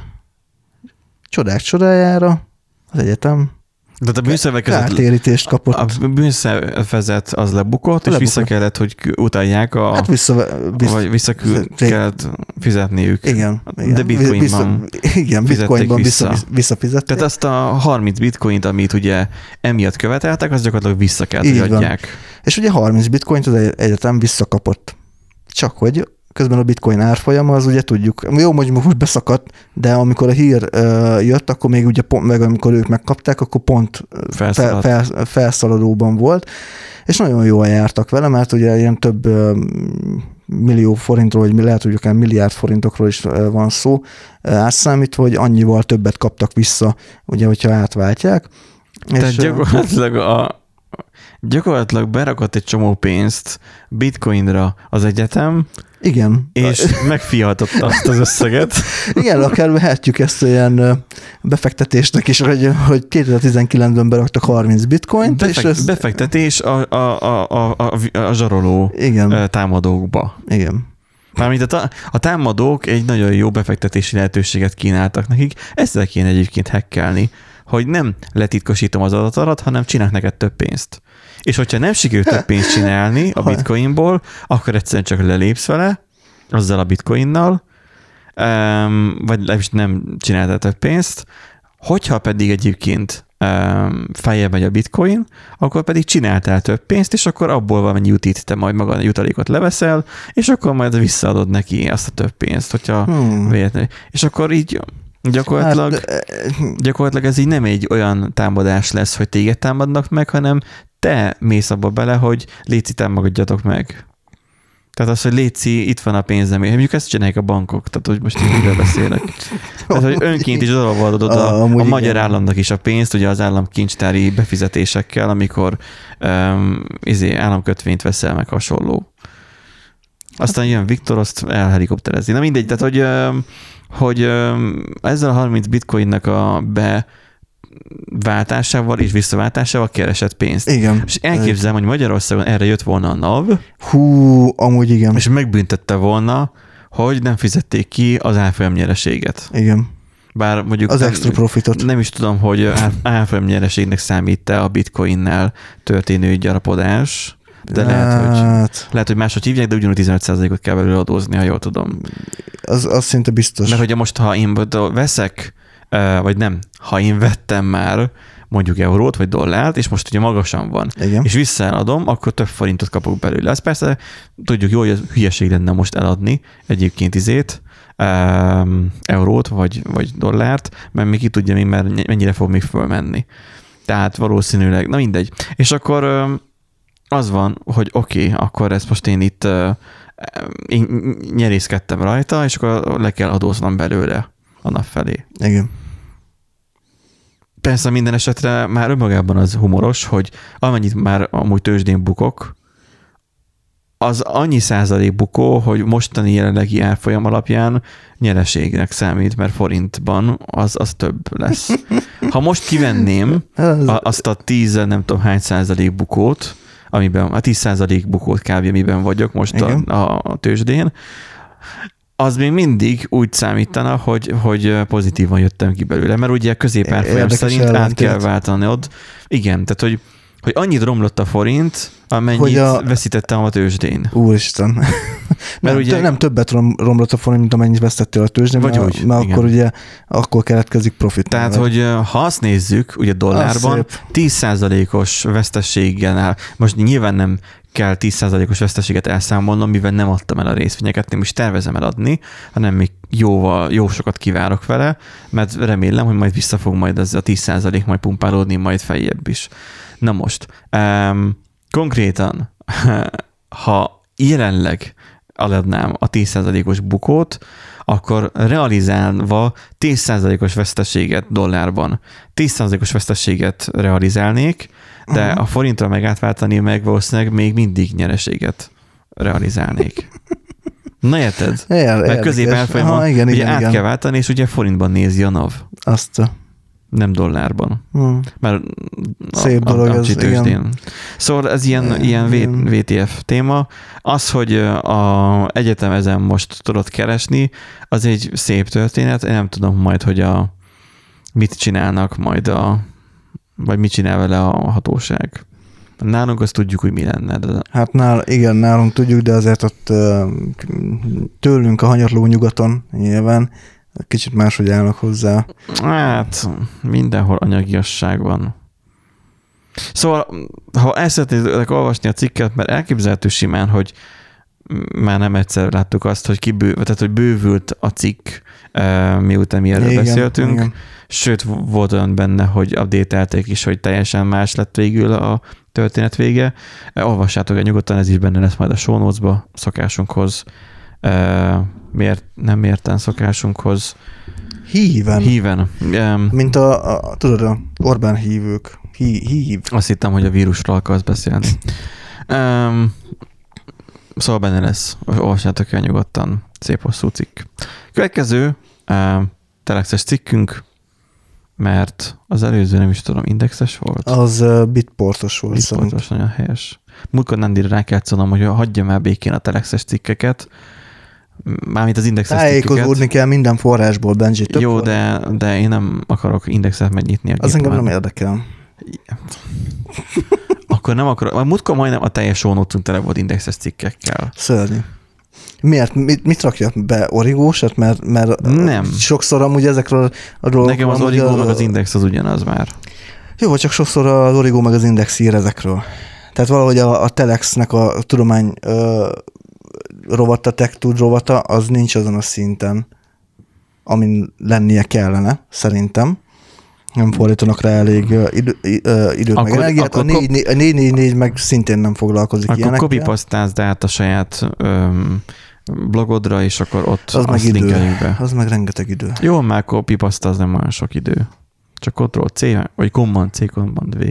csodák csodájára az egyetem de a bűnszervezet kártérítést kapott. A bűnszervezet az lebukott, és lebukott. Vissza kellett, hogy utalják a... Hát vissza... vissza vagy vissza kellett fizetniük. Igen. igen. De bitcoinban igen, bitcoinban vissza. vissza, visszafizették. Tehát azt a harminc bitcoint, amit ugye emiatt követeltek, az gyakorlatilag vissza kellett, hogy adják. Van. És ugye harminc bitcoint az egyetem visszakapott. Csak hogy közben a bitcoin árfolyama, az ugye tudjuk, jó, hogy most beszakadt, de amikor a hír uh, jött, akkor még ugye pont, meg amikor ők megkapták, akkor pont fel, fel, felszaladóban volt, és nagyon jól jártak vele, mert ugye ilyen több uh, millió forintról, vagy lehet, hogy akár milliárd forintokról is uh, van szó, uh, átszámítva, hogy annyival többet kaptak vissza, ugye, hogyha átváltják. Tehát és, gyakorlatilag a gyakorlatilag berakott egy csomó pénzt bitcoinra az egyetem, igen. És megfialtotta azt az összeget. Igen, akár vehetjük ezt olyan befektetésnek is, hogy, hogy kétezer-tizenkilencben beraktak harminc bitcoint. Befek, és ez... Befektetés a, a, a, a, a zsaroló igen. támadókba. Igen. Mármint a, a támadók egy nagyon jó befektetési lehetőséget kínáltak nekik. Ezzel kéne egyébként hackelni, hogy nem letitkosítom az adatodat, hanem csinálok neked több pénzt. És hogyha nem sikerült több pénzt csinálni a bitcoinból, akkor egyszerűen csak lelépsz vele, azzal a bitcoinnal, vagy nem csináltál több pénzt. Hogyha pedig egyébként feljebb megy a bitcoin, akkor pedig csináltál több pénzt, és akkor abból valamennyi jutit te majd magad a jutalékot leveszel, és akkor majd visszaadod neki azt a több pénzt, hogyha hmm. véletlenül. És akkor így Gyakorlatilag, hát, gyakorlatilag ez így nem egy olyan támadás lesz, hogy téged támadnak meg, hanem te mész abba bele, hogy léci, támogatjatok meg. Tehát az, hogy léci, itt van a pénzem. Mondjuk ezt csinálják a bankok, tehát hogy most így miről beszélek. Tehát, hogy önként is odaadod oda a, a magyar államnak is a pénzt, ugye az államkincstári befizetésekkel, amikor um, izé, államkötvényt veszel meg hasonló. Aztán jön Viktor, azt elhelikopterezi. Na mindegy, tehát hogy um, hogy ezzel a harminc bitcoinnak a beváltásával és visszaváltásával keresett pénzt. Igen. És elképzelem, hogy Magyarországon erre jött volna a NAV. Hú, amúgy igen. És megbüntette volna, hogy nem fizették ki az árfolyam nyereséget. Igen. Bár mondjuk az extra profitot. Nem is tudom, hogy árfolyam nyereségnek számít-e a bitcoinnel történő gyarapodás. De hát, lehet, hogy, lehet, hogy máshogy hívják, de ugyanúgy tizenöt százalékot kell belőle adózni, ha jól tudom. Az, az szinte biztos. Mert hogyha most, ha én veszek, vagy nem, ha én vettem már mondjuk eurót, vagy dollárt, és most ugye magasan van, igen. és visszaeladom, akkor több forintot kapok belőle. Ez persze tudjuk jól, hogy ez hülyeség lenne most eladni egyébként izét, um, eurót, vagy, vagy dollárt, mert még ki tudja még, mert mennyire fog még fölmenni. Tehát valószínűleg, na mindegy. És akkor um, az van, hogy oké, okay, akkor ezt most én itt uh, én nyerészkedtem rajta, és akkor le kell adóznom belőle a nap felé. Igen. Persze minden esetre már önmagában az humoros, hogy amennyit már amúgy tőzsdén bukok, az annyi százalék bukó, hogy mostani jelenlegi árfolyam alapján nyereségnek számít, mert forintban az, az több lesz. Ha most kivenném azt a tíz, nem tudom hány százalék bukót, amiben a tíz százalék bukót kb. Amiben vagyok most a, a tőzsdén, az még mindig úgy számítana, hogy, hogy pozitívan jöttem ki belőle, mert ugye középárfolyam szerint át kell váltani ott. Igen, tehát hogy hogy annyit romlott a forint, amennyit a... veszítettem a tőzsdén. Úristen. Mert nem, ugye... nem többet rom, romlott a forint, mint amennyit vesztettél a tőzsdén, vagy mert, úgy, mert akkor ugye akkor keletkezik profit. Tehát, hogy ha azt nézzük, ugye dollárban tíz százalékos veszteséggel áll. Most nyilván nem kell tíz százalékos veszteséget elszámolnom, mivel nem adtam el a részvényeket, nem is tervezem eladni, hanem még jóval, jó sokat kivárok vele, mert remélem, hogy majd vissza fog majd ez a tíz százalék majd pumpálódni, majd feljebb is. Na most, um, konkrétan, ha jelenleg eladnám a tíz százalékos bukót, akkor realizálva tíz százalékos veszteséget dollárban, tíz százalékos veszteséget realizálnék, de uh-huh. a forintra meg átváltani meg valószínűleg még mindig nyereséget realizálnék. Na érted? Ér, Mert közép-elfolyamon ugye igen, át igen. kell váltani, és ugye forintban nézi a NAV. Azt. Nem dollárban. Hmm. Mert szép a, dolog a, a ez, igen. Szóval ez ilyen, ilyen vé té ef téma. Az, hogy a egyetem ezen most tudod keresni, az egy szép történet. Én nem tudom majd, hogy a mit csinálnak majd a vagy mit csinál vele a hatóság. Nálunk azt tudjuk, hogy mi lenne. De... Hát nál, igen, nálunk tudjuk, de azért ott tőlünk a hanyatló nyugaton nyilván kicsit máshogy állnak hozzá. Hát mindenhol anyagiasság van. Szóval, ha el szeretnétek olvasni a cikket, mert elképzelhető simán, hogy már nem egyszer láttuk azt, hogy, kibő, tehát, hogy bővült a cikk, miután mi erről igen, beszéltünk. Igen. Sőt, volt olyan benne, hogy update-elték is, hogy teljesen más lett végül a történet vége. Olvassátok el nyugodtan, ez is benne lesz majd a show notes-ba szokásunkhoz. Miért, nem mérten szokásunkhoz. Híven. Híven. Mint a, a tudod, a Orbán hívők. Hí, hív. Azt hittem, hogy a vírusról akarsz beszélni. um, szóval benne lesz. Olvassátok el nyugodtan. Szép hosszú cikk. Következő uh, telexes cikkünk, mert az előző nem is tudom, indexes volt? Az uh, bitportos volt. Bitportos, nagyon helyes. Múltkor Nandira rá kellett szólnom, hogy hagyja már békén a telexes cikkeket, mármint az indexes cikkeket. Tájékozódni kell minden forrásból, Benji. Több Jó, de, de én nem akarok indexet megnyitni a az gépemen. engem nem érdekel. Akkor nem akarok. Múltkor majdnem a teljes show notes-unk tele volt indexes cikkekkel. Szörnyű. Miért? Mit, mit rakja be? Origósat? Mert, mert nem. Sokszor amúgy ezekről a dolgokról... Nekem az origó a... meg az index az ugyanaz már. Jó, csak sokszor az origó meg az index ír ezekről. Tehát valahogy a, a telexnek a tudomány ö, rovata, tech tud rovata, az nincs azon a szinten, amin lennie kellene, szerintem. Nem fordítanak rá elég uh, idő, uh, időt akkor, meg energiát. A négy négy négy meg szintén nem foglalkozik akkor ilyenekkel. Akkor copypasztázd át a saját um, blogodra, és akkor ott az meg idő. Be. Az meg rengeteg idő. Jó, már copypaszta az nem olyan sok idő. Csak Ctrl-C, vagy Command-C, Command-V.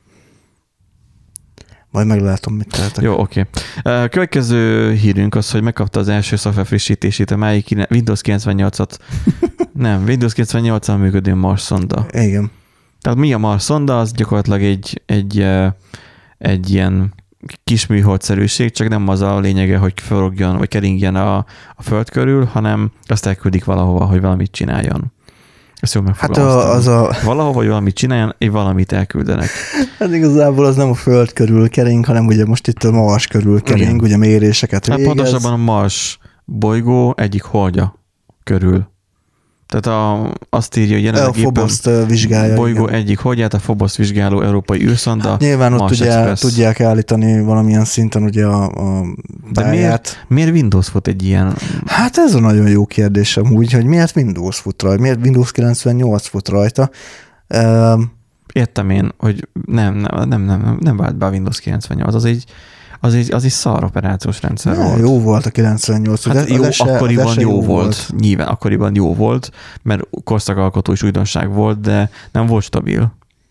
Majd meglátom, mit tehetek. Jó, oké. Okay. Következő hírünk az, hogy megkapta az első szoftver frissítését, a máig Windows kilencvennyolcat. Nem, Windows kilencvennyolccal működő Mars szonda. Igen. Tehát mi a Mars szonda? Az gyakorlatilag egy, egy, egy ilyen kis műholdszerűség, csak nem az a lényege, hogy forogjon, vagy keringjen a, a föld körül, hanem azt elküldik valahova, hogy valamit csináljon. Ezt jól megfogalmaztam. Hát az a... Valahova, hogy valamit csináljon, és valamit elküldenek. Hát igazából az nem a föld körül kering, hanem ugye most itt a Mars körül kering, igen. Ugye méréseket végez. Hát pontosabban a Mars bolygó egyik holdja körül. Tehát a, azt írja, hogy jelenleg a Phoboszt vizsgálja. Bolygó igen. egyik holdját, a Phoboszt vizsgáló európai űrszonda. Hát nyilván ott ugye tudják állítani valamilyen szinten ugye a, a De miért, miért Windows fut egy ilyen? Hát ez a nagyon jó kérdésem úgy, hogy miért Windows fut rajta, miért Windows kilencvennyolc fut rajta. Um, Értem én, hogy nem, nem, nem, nem, nem vált be a Windows kilencvennyolc, az egy Az egy, az egy szar operációs rendszer ne, volt. Jó volt a kilencvennyolc. Hát jó, se, akkoriban jó, jó volt. volt. Nyilván akkoriban jó volt, mert korszakalkotó és újdonság volt, de nem volt stabil.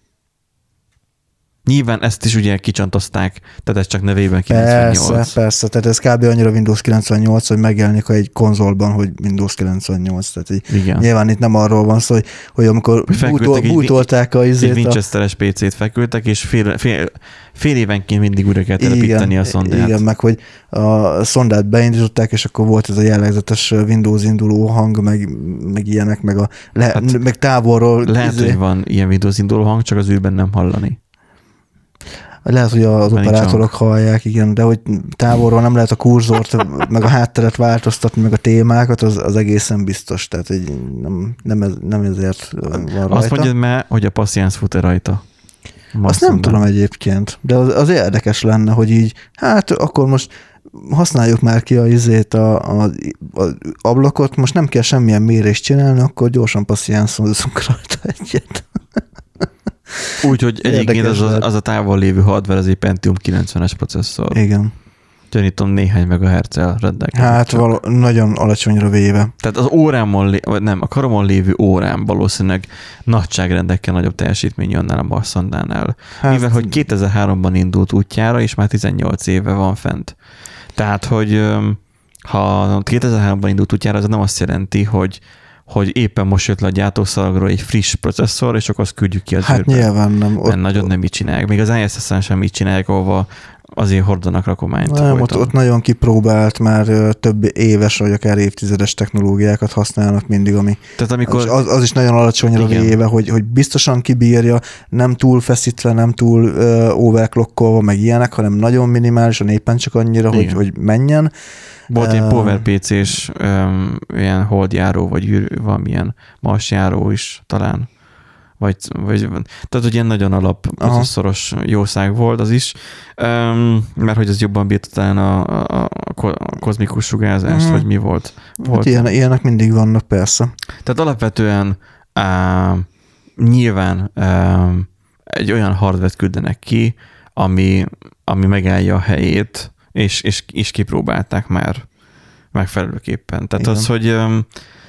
Nyilván ezt is ugye kicsantozták, tehát ez csak nevében kilencvennyolc. Persze, persze. Tehát ez kb. Annyira Windows kilencvennyolc, hogy megjelenik egy konzolban, hogy Windows kilencvennyolc. Tehát így igen. Nyilván itt nem arról van szó, hogy, hogy amikor bújtol, bújtolták a izét. Egy Winchesteres pé cét fekültek, és fél, fél, fél évenként mindig újra kell telepíteni a szondát. Igen, meg hogy a szondát beindították, és akkor volt ez a jellegzetes Windows induló hang, meg, meg ilyenek, meg, a, le, hát meg távolról. Lehet, izé... hogy van ilyen Windows induló hang, csak az űrben nem hallani. Lehet, hogy az Melyik operátorok csomag? hallják, igen, de hogy távolról nem lehet a kurzort, meg a hátteret változtatni, meg a témákat, az, az egészen biztos. Tehát hogy nem, nem, ez, nem ezért van rajta. Azt mondjad már, hogy a passziánsz fut-e rajta. Azt nem tudom egyébként, de az, az érdekes lenne, hogy így, hát akkor most használjuk már ki a izét, a, a, a ablakot, most nem kell semmilyen mérést csinálni, akkor gyorsan passziánszozunk rajta egyet. Úgyhogy egyébként az, lehet. az a távol lévő hardware, az egy Pentium kilencvenes processzor. Igen. Gyanítom néhány megahertzel rendelkezik. Hát csak. való, nagyon alacsonyra véve. Tehát az órámon, lé- vagy nem, a karomon lévő órám valószínűleg nagyságrendekkel nagyobb teljesítmény annál a Marsondánál. Hát, Mivel, hogy kétezer-háromban indult útjára, és már tizennyolc éve van fent. Tehát, hogy öm, ha kétezer-háromban indult útjára, az nem azt jelenti, hogy hogy éppen most jött le a gyártószalagról egy friss processzor, és akkor azt küldjük ki az hát űrbe. nyilván nem. Ott, nagyon nem így csinálják. Még az i es es-en sem így csinálják, ahova azért hordanak rakományt. Nem, ott, ott nagyon kipróbált, már ö, több éves, vagy akár évtizedes technológiákat használnak mindig, ami Tehát amikor... az, az is nagyon alacsonyra Igen. véve, hogy, hogy biztosan kibírja, nem túl feszítve, nem túl uh, overclockolva, meg ilyenek, hanem nagyon minimálisan, éppen csak annyira, hogy, Igen. hogy menjen. Volt egy Um, PowerPC-s um, ilyen holdjáró, vagy űr, valamilyen marsjáró is talán. Vagy, vagy, tehát, hogy ilyen nagyon alap processzoros jószág volt az is, um, mert hogy az jobban bírta talán a, a, a kozmikus sugárzást, Mhm. vagy mi volt. volt. Hát ilyen, ilyenek mindig vannak, persze. Tehát alapvetően uh, nyilván uh, egy olyan hardware-t küldenek ki, ami, ami megállja a helyét, és, és, és kipróbálták már megfelelőképpen. Tehát Igen. az, hogy um,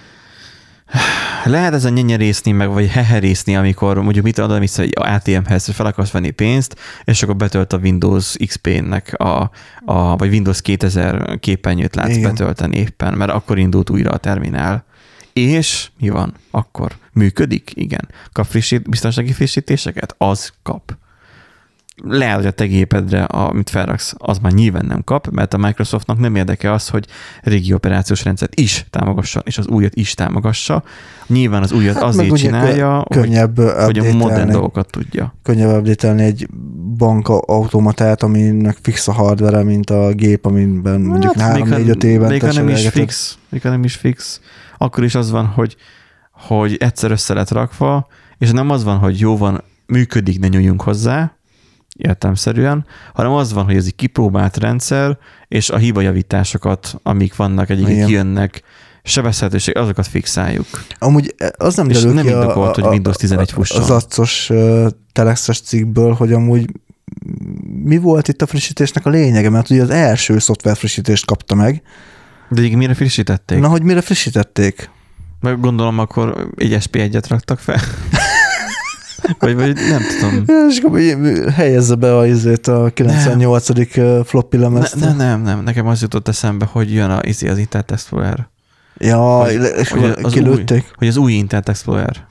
lehet ezen nyenyerészni, meg vagy heherészni, amikor mondjuk mit adom vissza egy á té em-hez, fel akarsz venni pénzt, és akkor betölt a Windows iksz pé-nek a, a vagy Windows kétezer képernyőt látsz Igen. betölteni éppen, mert akkor indult újra a terminál. És mi van? Akkor működik? Igen. Kap frissít, biztonsági frissítéseket? Az kap. Lehet, hogy a te gépedre, amit felraksz, az már nyilván nem kap, mert a Microsoftnak nem érdeke az, hogy régi operációs rendszert is támogassa, és az újat is támogassa. Nyilván az újat Hát hát meg azért ugye csinálja, hogy, könnyebb hogy a modern update-elni. dolgokat tudja. Könnyebb update-elni egy bankautomatát, aminek fix a hardware, mint a gép, amiben mondjuk Hát, három még négy ha- öt éven Még ha nem is teselgeted. fix, még ha nem is fix, akkor is az van, hogy, hogy egyszer össze lett rakva, és nem az van, hogy jó van, működik, ne nyúljunk hozzá, értelemszerűen, hanem az van, hogy ez egy kipróbált rendszer, és a hibajavításokat, amik vannak, egyik Igen. kijönnek, sebezhetőség, azokat fixáljuk. Amúgy az nem És derül nem ki a, indokolt, a, hogy Windows tizenegy a, fusson. az accos uh, telexes cikkből, hogy amúgy mi volt itt a frissítésnek a lényege, mert ugye az első szoftver frissítést kapta meg. De így mire frissítették? Na, hogy mire frissítették? Meg gondolom, akkor egy es pé egyet raktak fel. vagy, vagy nem tudom. Ja, és akkor helyezze be a, izét, a kilencvennyolcadik floppy Ne, lemezt. nem, nem, nem. Nekem az jutott eszembe, hogy jön a, izé, az Internet Explorer. Ja, Hogy- és hogy az kilőtték. Hogy az új Internet Explorer.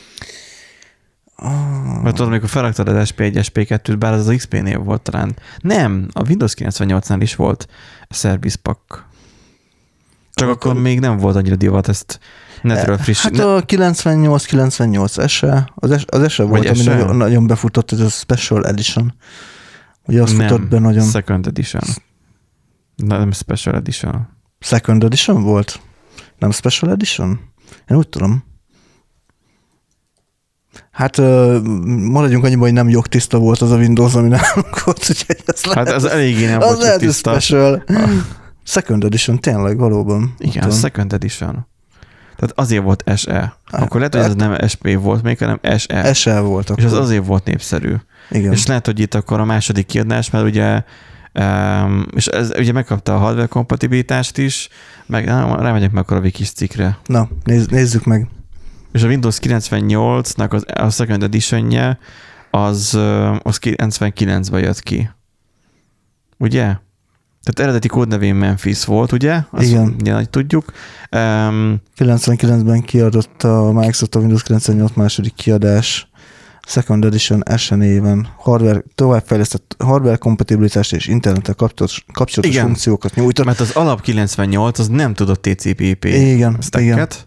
Ah, Mert tudod, amikor felraktad az es pé egy, es pé kettőt, bár az az iksz pé-nél volt talán. Nem, a Windows kilencvennyolcnál is volt a Service Pack. Csak akkor, akkor még nem volt annyira divat ezt netről friss. Hát a kilencvennyolc kilencvennyolc es e, az es, az es e volt, ami es e? nagyon, nagyon befutott, ez a Special Edition. Ugye az nem, futott be nagyon. Second Edition. Na, nem Special Edition. Second Edition volt? Nem Special Edition? Én úgy tudom. Hát uh, maradjunk annyiban, hogy nem jogtiszta volt az a Windows, ami nálunk volt, úgyhogy ez Hát ez eléggé nem az volt lehet, hogy tiszta. Special. Second Edition, tényleg, valóban. Igen, Second Edition. Tehát azért volt es e. Akkor lehet, hogy ez hát- nem es pé volt még, hanem es e. es e volt akkor. És az azért volt népszerű. Igen. És lehet, hogy itt akkor a második kiadás, mert ugye um, és ez ugye megkapta a hardware kompatibilitást is, meg rámegyek meg akkor a wikis cikkre. Na, nézz, nézzük meg. És a Windows kilencvennyolcnak az, a Second Edition-je az, ö, az kilencvenkilencben jött ki. Ugye? Tehát eredeti kódnevén Memphis volt, ugye? Azt Igen. ugye, hogy tudjuk. Um, kilencvenkilencben kiadott a Microsoft a Windows kilencvennyolc második kiadás. Second Edition es e néven hardware, továbbfejlesztett hardware kompatibilitást és internettel kapcsolatos, kapcsolatos Igen. funkciókat nyújtott. mert az alap kilencvennyolc az nem tudott té cé pé i pé Igen, igen. stacket,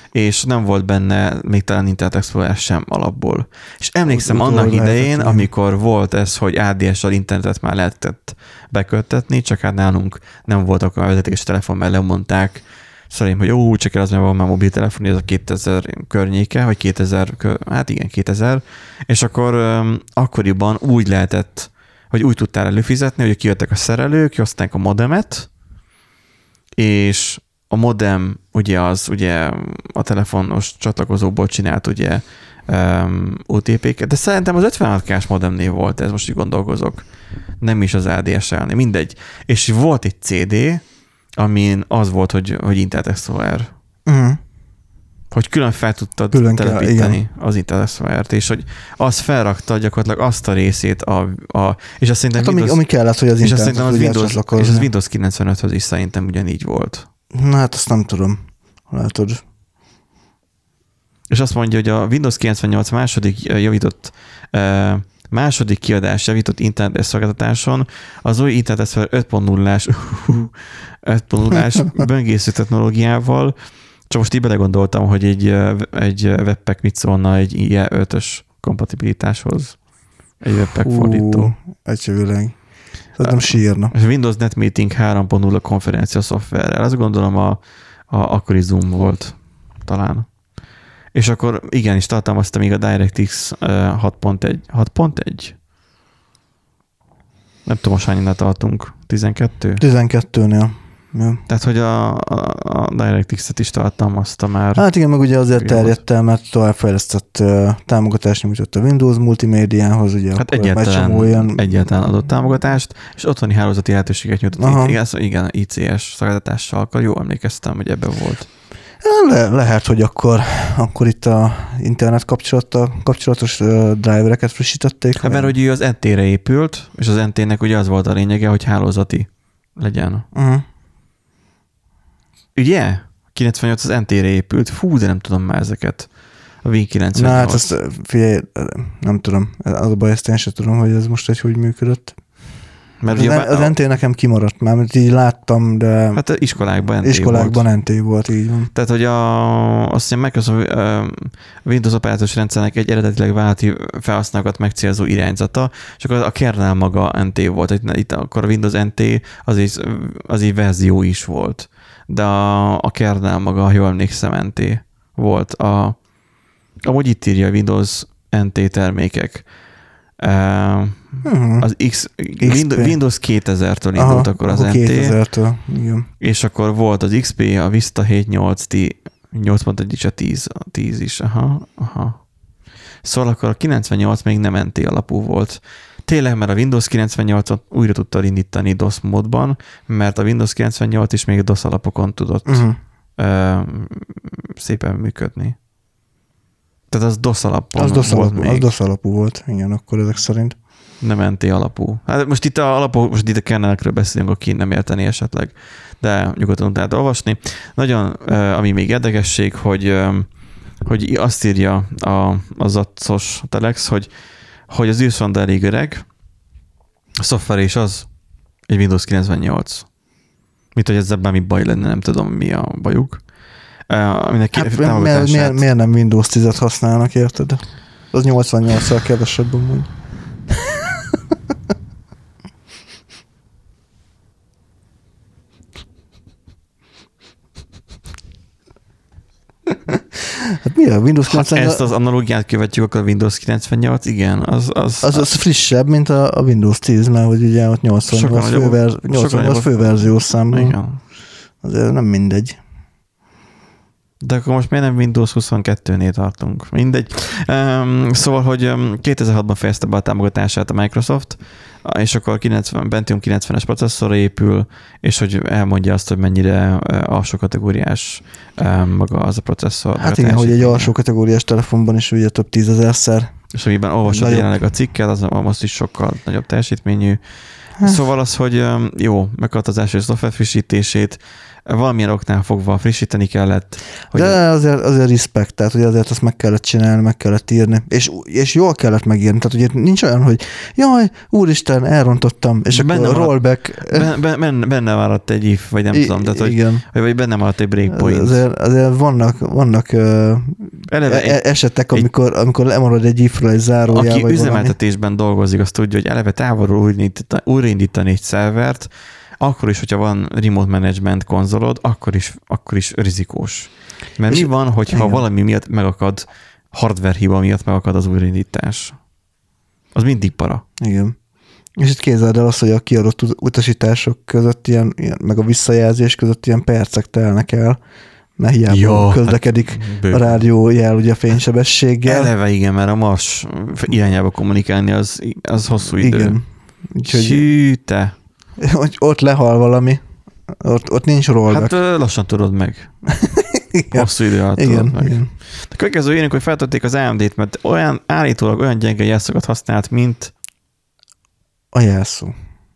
és nem volt benne még talán Internet Explorer sem alapból. És emlékszem Ut- annak utól idején, lehetett, amikor volt ez, hogy á dé es-sal internetet már lehetett beköttetni, csak hát nálunk nem voltak a vezetékes telefon, mert lemondták. Szóval hogy ó, csak el az, mert van már mobiltelefon, ez a kétezer környéke, vagy kétezer, hát igen, kétezer, és akkor um, akkoriban úgy lehetett, hogy úgy tudtál előfizetni, hogy kijöttek a szerelők, hozták a modemet, és a modem ugye az ugye a telefonos csatlakozóból csinált ugye um, o té pé-ket, de szerintem az ötvenhat ká-s modemnél volt ez, most így gondolkozok. Nem is az á dé es-elnél, mindegy. És volt egy cé dé, amin az volt, hogy, hogy Internet Explorer. Uh-huh. Hogy külön fel tudtad külön telepíteni kell, az Internet Explorer-t, és hogy az felrakta gyakorlatilag azt a részét, a, a és azt szerintem hát Windows, ami, ami kellett, hogy az és internetet az tudjál Windows, csatlakozni. és az Windows kilencvenöthöz is szerintem ugyanígy volt. Na hát azt nem tudom. Látod. És azt mondja, hogy a Windows kilencvennyolc második javított második kiadás javított internet szolgáltatáson az új Internet Explorer öt pont nullás öt pont nullás böngésző technológiával. Csak most így belegondoltam, hogy egy, egy webpack mit szólna egy i e ötös kompatibilitáshoz. Egy webpack fordító. Egységűleg. Ez nem sírna. Windows NetMeeting három pont nulla konferencia szoftverrel. Azt gondolom a, a akkori Zoom volt talán. És akkor igenis tartalmazta még a DirectX hat pont egy. hat pont egy? Nem tudom, most hánynál tartunk. tizenkettő? tizenkettőnél. Ja. Tehát, hogy a, a, a DirectX-et is tartalmazta már. Hát igen, meg ugye azért terjedt el, mert továbbfejlesztett uh, támogatást nyújtott a Windows multimédiához. Ugye hát egyáltalán, olyan... egyáltalán adott támogatást, és otthoni hálózati lehetőséget nyújtott. Igen, igen, i cé es szolgáltatással, akkor jól emlékeztem, hogy ebben volt. Le, lehet, hogy akkor, akkor itt a internet kapcsolatos uh, drivereket frissítették. Hát mert hogy ő az en té-re épült, és az en té-nek ugye az volt a lényege, hogy hálózati legyen. Uh-huh. Ugye? kilencvennyolc az en té-re épült. Fú, de nem tudom már ezeket. A Win kilencvennyolc. Na hát azt figyelj, nem tudom. Az a baj, ezt én sem tudom, hogy ez most egy hogy működött. Mert az, ugye az en té nekem kimaradt már, mert így láttam, de... Hát iskolákban en té iskolákban volt. en té volt, így van. Tehát, hogy a, azt hiszem Microsoft uh, Windows operációs rendszernek egy eredetileg vállalati felhasználókat megcélzó irányzata, és akkor a kernel maga en té volt. Itt, itt akkor a Windows en té az egy, az egy verzió is volt. De a, a kernel maga, ha jól emlékszem, en té volt. A, amúgy itt írja a Windows en té termékek. Uh, uh-huh. Az X, Windows, Windows kétezertől indult akkor az en té. kétezertől, igen. És akkor volt az iksz pé, a Vista hét nyolc, nyolc pont egy is, a tíz, a tíz is. Aha, aha. Szóval akkor a kilencvennyolc még nem en té alapú volt. Tényleg, mert a Windows kilencvennyolcot újra tudta indítani DOS módban, mert a Windows kilencvennyolc is még DOS alapokon tudott uh-huh. ö, szépen működni. Tehát az DOS alapon az DOS volt alapú, még. Az DOS alapú volt, igen, akkor ezek szerint. Nem en té alapú. Hát most itt a alapok, most itt a kernelekről beszélünk, aki nem érteni esetleg, de nyugodtan lehet olvasni. Nagyon, ami még érdekesség, hogy, hogy azt írja a, az acos Telex, hogy, hogy az űrszonda elég öreg, a szoftver is az egy Windows kilencvennyolc. Mint hogy ezzel bármi baj lenne, nem tudom, mi a bajuk. Aminek hát, miért, miért, miért nem Windows tízet használnak, érted? Az nyolcvannyolcszal kevesebb amúgy. Hát mi a Windows kilencvennyolc? Ha ezt az analógiát követjük, akkor a Windows kilencvennyolc, igen. Az, az, az, az frissebb, mint a, a Windows tíz, mert hogy ugye ott nyolcvannyolc főverziós főverz, főverziós számban. Igen. Azért nem mindegy. De akkor most miért nem Windows huszonkettőnél tartunk? Mindegy. Um, szóval, hogy kétezer-hatban fejezte be a támogatását a Microsoft, és akkor kilencven, Pentium kilencvenes processzorra épül, és hogy elmondja azt, hogy mennyire alsó kategóriás um, maga az a processzor. Hát igen, hogy egy alsó kategóriás telefonban is ugye több tízezerszer. És amiben olvasod jelenleg a cikket, az most is sokkal nagyobb teljesítményű. Szóval az, hogy jó, megkapta az első szoftver frissítését, valamilyen oknál fogva frissíteni kellett. Hogy de azért, azért respekt, tehát hogy azért azt meg kellett csinálni, meg kellett írni, és, és jól kellett megírni, tehát ugye nincs olyan, hogy jaj, úristen, elrontottam, és benne akkor rollback. Benne, benne, benne maradt egy if, vagy nem I, tudom, tehát igen. Hogy, vagy benne maradt egy breakpoint. Azért, azért vannak, vannak eleve egy, esetek, amikor, egy, amikor lemarad egy ifről egy zárójel, aki vagy üzemeltetésben valami. Dolgozik, azt tudja, hogy eleve távolról újraindítani egy szervert, akkor is, hogyha van remote management konzolod, akkor is, akkor is rizikós. Mert és mi van, hogyha igen. valami miatt megakad, hardware hiba miatt megakad az újraindítás? Az mindig para. Igen. És itt képzeld el azt, hogy a kiadott utasítások között ilyen, ilyen, meg a visszajelzés között ilyen percek telnek el, mert hiába ja, közlekedik hát, a rádiójel ugye fénysebességgel. Eleve igen, mert a Mars irányába kommunikálni az, az hosszú idő. Igen. Sűte. Hogy ott lehal valami, ott, ott nincs rollback. Hát lassan tudod meg. Hosszú idő alatt igen, tudod meg. Igen. A következő írunk, hogy feltölték az á em dét, mert olyan állítólag olyan gyenge jelszokat használt, mint a jelszó.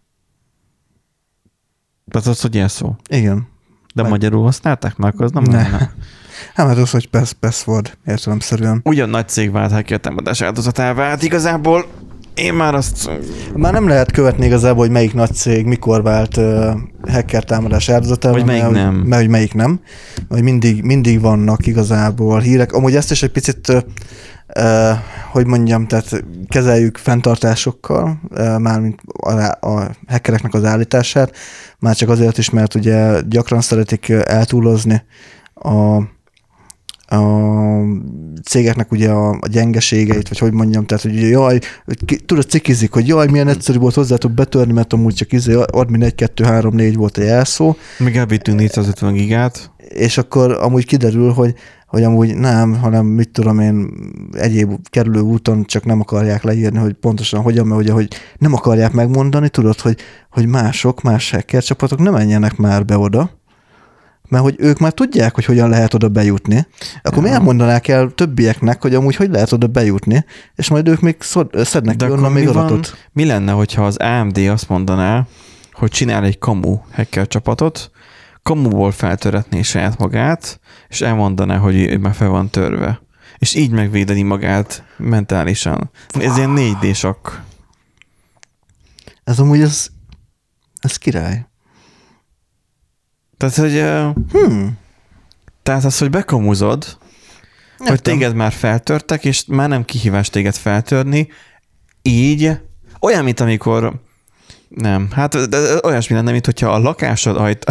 Tehát az, hogy jelszó. Igen. De meg... magyarul használták már, akkor az nem ne. lenne. Hát mert az, hogy password értelemszerűen. Ugyan nagy cég vált hacker támadás áldozatává. Hát igazából én már azt... Már nem lehet követni igazából, hogy melyik nagy cég mikor vált uh, hacker támadás áldozatává. Vagy melyik mert, nem. Mert hogy melyik nem. Vagy mindig, mindig vannak igazából hírek. Amúgy ezt is egy picit, uh, uh, hogy mondjam, tehát kezeljük fenntartásokkal, uh, mármint a, a hackereknek az állítását. Már csak azért is, mert ugye gyakran szeretik eltúlozni a a cégeknek ugye a, a gyengeségeit, vagy hogy mondjam, tehát hogy jaj, tudod, cikizik, hogy jaj, milyen egyszerű volt hozzátok betörni, mert amúgy csak izé, admin egy, kettő, három, négy volt a jelszó. Még elvittünk négyszázötven gigát. És akkor amúgy kiderül, hogy, hogy amúgy nem, hanem mit tudom én, egyéb kerülő úton csak nem akarják leírni, hogy pontosan hogyan, mert ugye, hogy nem akarják megmondani, tudod, hogy, hogy mások, más hacker csapatok nem menjenek már be oda, mert hogy ők már tudják, hogy hogyan lehet oda bejutni, akkor ja. miért mondanák el többieknek, hogy amúgy hogy lehet oda bejutni, és majd ők még szednek ki onnan még adatot. Mi lenne, hogyha az á em dé azt mondaná, hogy csinál egy kamu hacker csapatot, kamuból feltöretné saját magát, és elmondaná, hogy már fel van törve. És így megvédeni magát mentálisan. Ez ilyen négy dé-sak. Ez amúgy ez, ez király. Tehát, hogy, hmm. tehát az, hogy bekamuzod, nem hogy tudom. Téged már feltörtek, és már nem kihívás téged feltörni, így olyan, mint amikor nem, hát de olyasmi lenne, mint hogyha a lakásod ajt,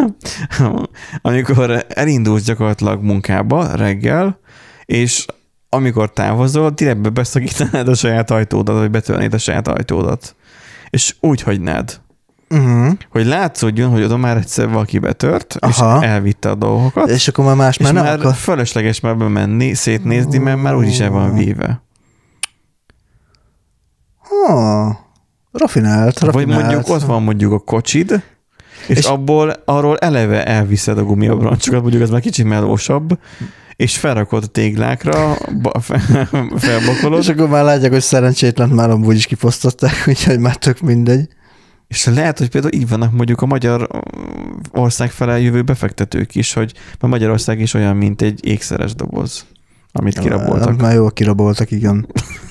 amikor elindulsz gyakorlatilag munkába reggel, és amikor távozol, direktbe beszakítanád a saját ajtódat, vagy betörnéd a saját ajtódat. És úgy hagynád. Uh-huh. Hogy látszódjon, hogy oda már egyszer valaki betört, aha. és elvitte a dolgokat. És akkor már más már nem már akar... fölösleges már bemenni, szétnézni, mert már úgyis el van véve. Ha, rafinált, rafinált. Vagy mondjuk ott van mondjuk a kocsid, és, és abból arról eleve elviszed a gumiabroncsokat, mondjuk ez már kicsit melósabb, és felrakod a téglákra, felbakolod. És akkor már látják, hogy szerencsétlen már amúgy is kiposztották, úgyhogy már tök mindegy. És lehet, hogy például így vannak mondjuk a magyar ország felé jövő befektetők is, hogy a Magyarország is olyan, mint egy ékszeres doboz, amit kiraboltak. Már jól kiraboltak, igen.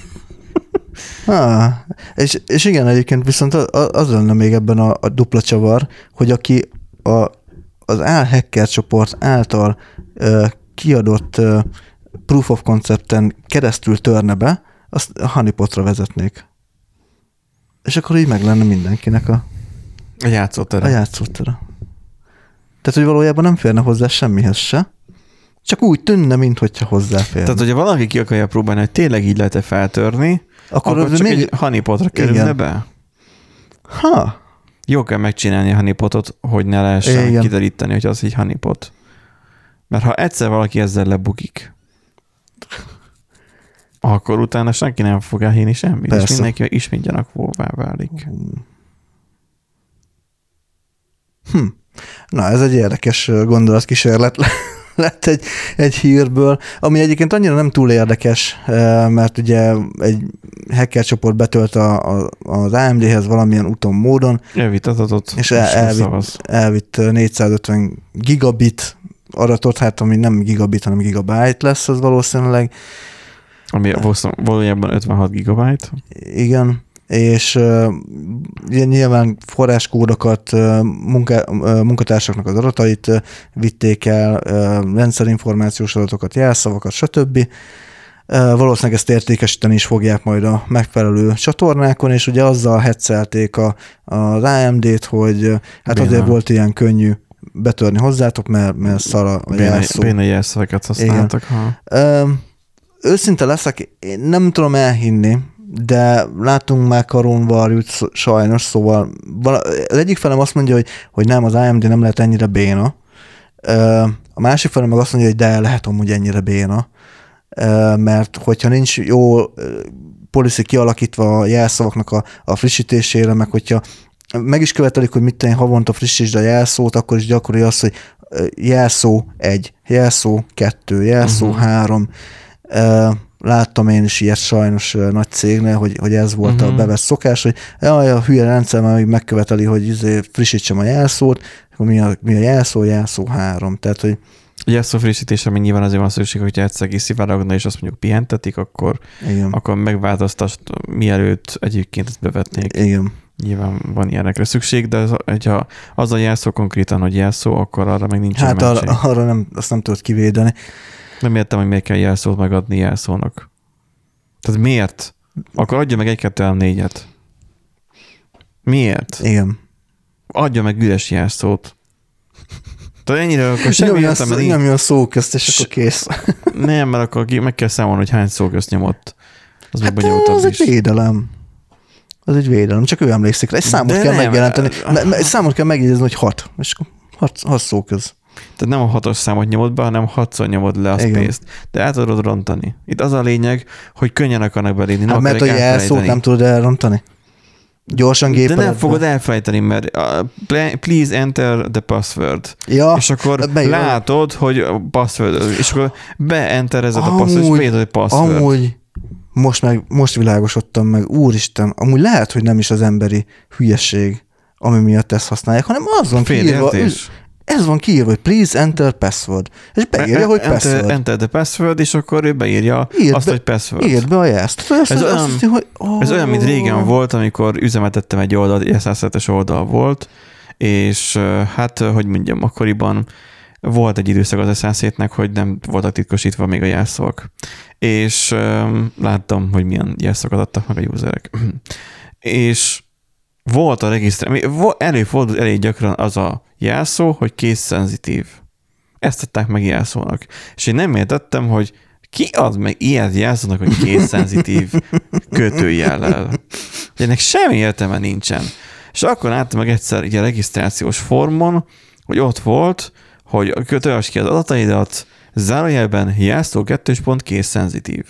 ah, és, és igen, egyébként viszont az lenne még ebben a, a dupla csavar, hogy aki a, az álhacker csoport által uh, kiadott uh, proof of concepten keresztül törne be, azt a honeypotra vezetnék. És akkor így meg lenne mindenkinek a, a játszótere. A játszótere. Tehát, hogy valójában nem férne hozzá semmihez se, csak úgy tűnne, minthogyha hozzáférne. Tehát, hogyha valaki ki akarja próbálni, hogy tényleg így lehet-e feltörni, akkor, akkor csak még... egy honeypotra kerülne igen. be? Ha. Jó kell megcsinálni a honeypotot, hogy ne lehessen igen. kideríteni, hogy az egy honeypot. Mert ha egyszer valaki ezzel lebukik, akkor utána senki nem fog elhinni semmit, persze. És mindenki ismét gyanakvóvá válik. Hm. Na, ez egy érdekes gondolatkísérlet lett egy, egy hírből, ami egyébként annyira nem túl érdekes, mert ugye egy hacker csoport betölt a, a, az á em dé-hez valamilyen úton, módon. Elvitatott. És el, elvitt, elvitt négyszázötven gigabit adatot, hát ami nem gigabit, hanem gigabyte lesz az valószínűleg. Ami valójában ötvenhat gigabyte. Igen. És uh, nyilván forráskódokat, uh, munka, uh, munkatársaknak az adatait uh, vitték el, uh, rendszerinformációs adatokat, jelszavakat, stb. Uh, valószínűleg ezt értékesíteni is fogják majd a megfelelő csatornákon, és ugye azzal heccelték a, az á em dét, hogy uh, hát Béna. Azért volt ilyen könnyű betörni hozzátok, mert, mert szar a jelszó. Béna jelszavakat használtak. Ha. Uh, őszinte leszek, én nem tudom elhinni, de látunk már karonvarjút sajnos, szóval az egyik felem azt mondja, hogy, hogy nem, az á em dé nem lehet ennyire béna. A másik felem meg azt mondja, hogy de lehet amúgy ennyire béna, mert hogyha nincs jó policy kialakítva a jelszavaknak a, a frissítésére, meg hogyha meg is követelik, hogy mit tenni, havonta frissítsd a jelszót, akkor is gyakori az, hogy jelszó egy, jelszó kettő, jelszó uh-huh. három. Láttam én is ilyet sajnos nagy cégnél, hogy, hogy ez volt uh-huh. a bevett szokás, hogy jaj, a hülye rendszer már még megköveteli, hogy izé frissítsem a jelszót, akkor mi a, mi a jelszó, jelszó három. Tehát, hogy a jelszó frissítése még nyilván azért van szükség, hogyha egyszer kiszivárogna, és azt mondjuk pihentetik, akkor, akkor megváltoztat, mielőtt egyébként ezt bevetnék. Igen. Nyilván van ilyenekre szükség, de ha az a jelszó konkrétan, hogy jelszó, akkor arra meg nincsen hát mentség. Hát arra, arra nem, azt nem tudod kivédeni. Nem értem, hogy miért kell jelszót megadni jelszónak. Tehát miért? Akkor adja meg egy kettő három négyet. Miért? Igen. Adja meg üres jelszót. Tehát ennyire akkor semmi értem. Nem jön a szó közt, és akkor kész. Nem, mert akkor meg kell számolni, hogy hány szó közt nyomott. Az hát az egy védelem. Az egy védelem. Csak ő emlékszik rá. Egy számot De kell nem. megjelenteni. Egy számot kell megjegyezni, hogy hat. És hat, hat szó köz. Tehát nem a hatos számot nyomod be, hanem hatszor nyomod le a space-t. De el tudod rontani. Itt az a lényeg, hogy könnyen akarnak belépni. Hát mert a jelszót nem tudod elrontani. Gyorsan gépeled. De nem fogod elfelejteni, mert uh, please enter the password. Ja, és akkor bejön. Látod, hogy a password, és akkor beenterezed a password, és beírod a password. Amúgy most, meg, most világosodtam meg, úristen, amúgy lehet, hogy nem is az emberi hülyeség, ami miatt ezt használják, hanem az van kiírva. Ez van kiírva, hogy please enter password. És beírja, hogy enter, password. Enter the password, és akkor ő beírja írd azt, be, hogy password. Írd be a jelzt. Ez, ez, olyan, azt, hogy, oh. ez olyan, mint régen volt, amikor üzemeltettem egy oldalt, es es hetes oldal volt, és hát, hogy mondjam, akkoriban volt egy időszak az es es hétnek, hogy nem voltak titkosítva még a jelszavak. És um, láttam, hogy milyen jelszavakat adtak meg a userek. és volt a regisztráció, előfordult elég gyakran az a jelszó, hogy case szenzitív. Ezt adták meg jelszónak. És én nem értettem, hogy ki ad meg ilyet jelszónak, hogy case szenzitív kötőjellel. Ennek semmi értelme nincsen. És akkor láttam meg egyszer így a regisztrációs formon, hogy ott volt, hogy töltsd ki az adataidat, zárójelben jelszó kettős pont case szenzitív.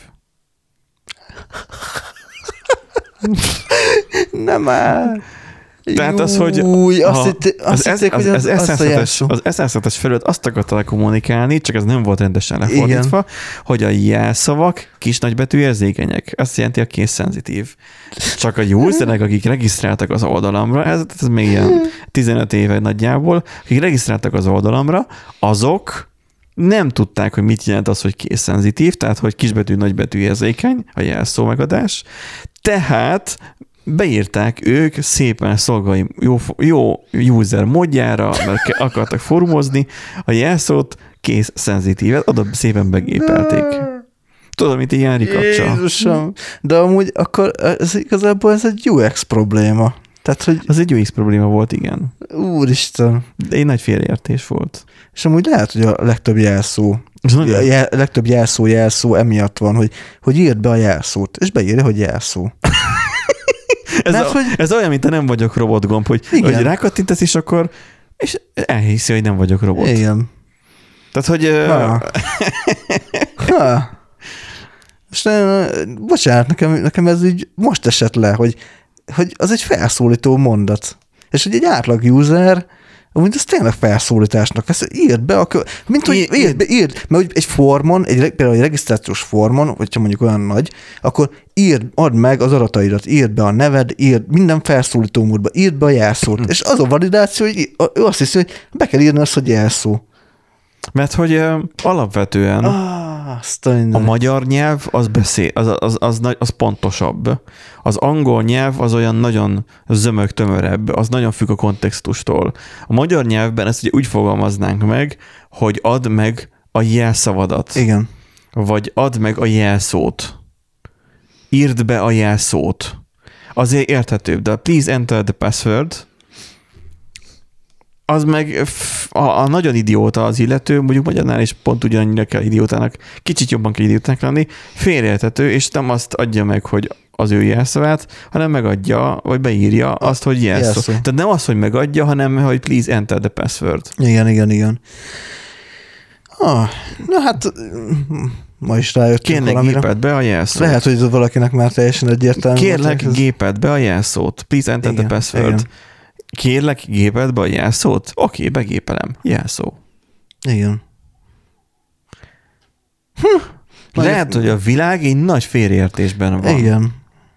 Nem áll. Tehát az, hogy Új, azt hitt, azt az, hitték, az, az, az, az es es hetes felület azt akarta kommunikálni, csak ez nem volt rendesen lefordítva, igen. hogy a jelszavak kis nagybetű érzékenyek. Azt jelenti a case szenzitív. Csak a userek, akik regisztráltak az oldalamra, ez, ez még ilyen tizenöt éve nagyjából, akik regisztráltak az oldalamra, azok nem tudták, hogy mit jelent az, hogy case szenzitív, tehát hogy kisbetű, nagybetű érzékeny, a jelszó megadás. Tehát beírták ők szépen szolgai jó, jó user módjára, mert akartak formozni, a jelszót case szenzitívet, oda szépen begépelték. Tudod, mint ilyen rikacsa. Jézusom. De amúgy akkor ez igazából ez egy u iksz probléma. Tehát, hogy... Az egy u iksz probléma volt, igen. Úristen. De egy nagy félreértés volt. És amúgy lehet, hogy a legtöbb jelszó, a jel, legtöbb jelszó jelszó emiatt van, hogy, hogy írd be a jelszót, és beírja, hogy jelszó. ez, Mert, a, hogy... ez olyan, mint a nem vagyok robot gomb, hogy, hogy rákattintasz, és akkor és elhiszi, hogy nem vagyok robot. Igen. Tehát, hogy... Ha. ha. És bocsánat, nekem, nekem ez így most esett le, hogy, hogy az egy felszólító mondat. És hogy egy átlag user Amúgy ez tényleg felszólításnak vesz, írd be, a kö... mint hogy írd be, írd, mert hogy egy formon, egy, például egy regisztrációs formon, vagy ha mondjuk olyan nagy, akkor írd, add meg az adataidat, írd be a neved, írd minden felszólító módba, írd be a jelszót, és az a validáció, hogy ő azt hiszi, hogy be kell írni azt, hogy jelszó. Mert hogy uh, alapvetően ah, a magyar nyelv az beszél, az, az, az, az, az pontosabb. Az angol nyelv az olyan nagyon zömök, tömörebb, az nagyon függ a kontextustól. A magyar nyelvben ezt ugye úgy fogalmaznánk meg, hogy add meg a jelszavadat. Igen. Vagy add meg a jelszót. Írd be a jelszót. Azért érthetőbb, de please enter the password, az meg a, a nagyon idióta az illető, mondjuk magyarnál is pont ugyanannyira kell idiótának, kicsit jobban kell idiótának lenni, félreérthető, és nem azt adja meg, hogy az ő jelszavát, hanem megadja, vagy beírja azt, hogy jelszó. jelszó. Tehát nem az, hogy megadja, hanem, hogy please enter the password. Igen, igen, igen. Ah, na hát, ma is rájöttünk Kérlek, valamire. géped be a jelszót. Lehet, hogy ez valakinek már teljesen egyértelmű. Kérlek, ez... géped be a jelszót. Please enter igen, the password. Igen. Kérlek, géped be a jelszót? Oké, begépelem. Jelszó. Igen. Hm. Lehet, hogy a világ egy nagy félreértésben van. Igen.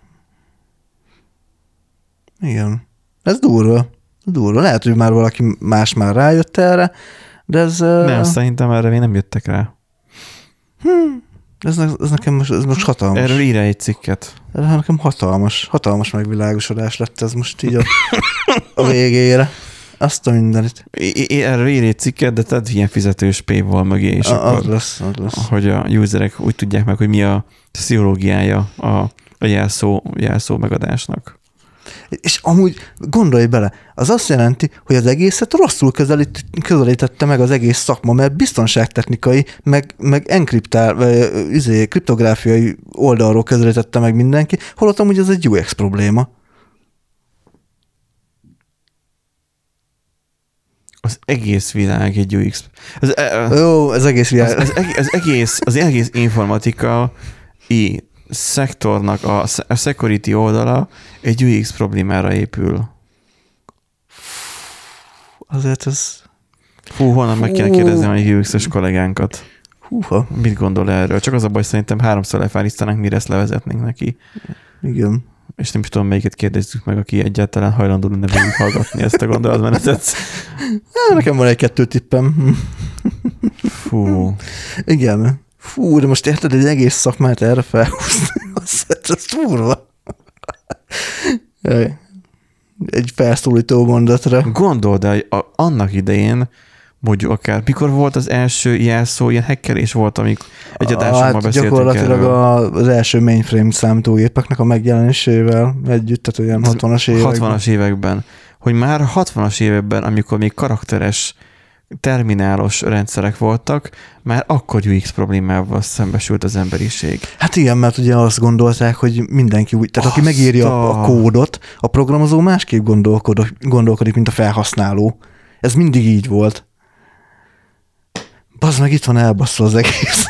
Igen. Ez durva. Durva. Lehet, hogy már valaki más már rájött erre, de ez... Nem, uh... szerintem erre még nem jöttek rá. Hm. Ez, ez nekem most, ez most hatalmas. Erről írja egy cikket. Erről nekem hatalmas, hatalmas megvilágosodás lett ez most így a, a végére. Azt a mindenit. I- erről ír egy cikket, de tedd ilyen fizetős paywall mögé, és a, akkor, az lesz, az lesz. hogy a userek úgy tudják meg, hogy mi a pszichológiája a, a jelszó, jelszó megadásnak. És amúgy gondolj bele, az azt jelenti, hogy az egészet rosszul közelít, közelítette meg az egész szakma, mert biztonságtechnikai, meg, meg enkriptál, vagy izé, kriptográfiai oldalról közelítette meg mindenki, holott amúgy ez egy u iksz probléma. Az egész világ egy u iksz. Az, Jó, az egész világ. Az, az, az, egész, az egész informatikai szektornak a, a security oldala egy u iksz problémára épül. Azért ez... Hú, honnan meg kéne kérdeznem egy u iksz-es kollégánkat. Húha. Mit gondol erről? Csak az a baj, szerintem háromszor lefárisztanánk, mire ezt levezetnénk neki. Igen. És nem is tudom, melyiket kérdezzük meg, aki egyáltalán hajlandó lenne végig hallgatni ezt a gondolatmenetet. Nekem van egy-kettő tippem. Fú. Igen. Fú, de most érted egy egész szakmát erre felhúzni? Ez furva. Egy felszólító mondatra. Gondold el, hogy annak idején, mondjuk akár, mikor volt az első jelszó, ilyen hackerés volt, amik egy adásommal hát beszéltünk gyakorlatilag erről. Az első mainframe számítógépeknek a megjelenésével együtt, tehát olyan hatvanas években. hatvanas években. Hogy már hatvanas években, amikor még karakteres terminálos rendszerek voltak, már akkor u iksz problémával szembesült az emberiség. Hát igen, mert ugye azt gondolták, hogy mindenki úgy, tehát azt aki megírja a, a kódot, a programozó másképp gondolkodik, gondolkodik, mint a felhasználó. Ez mindig így volt. Bazd meg, itt van elbasszva az egész.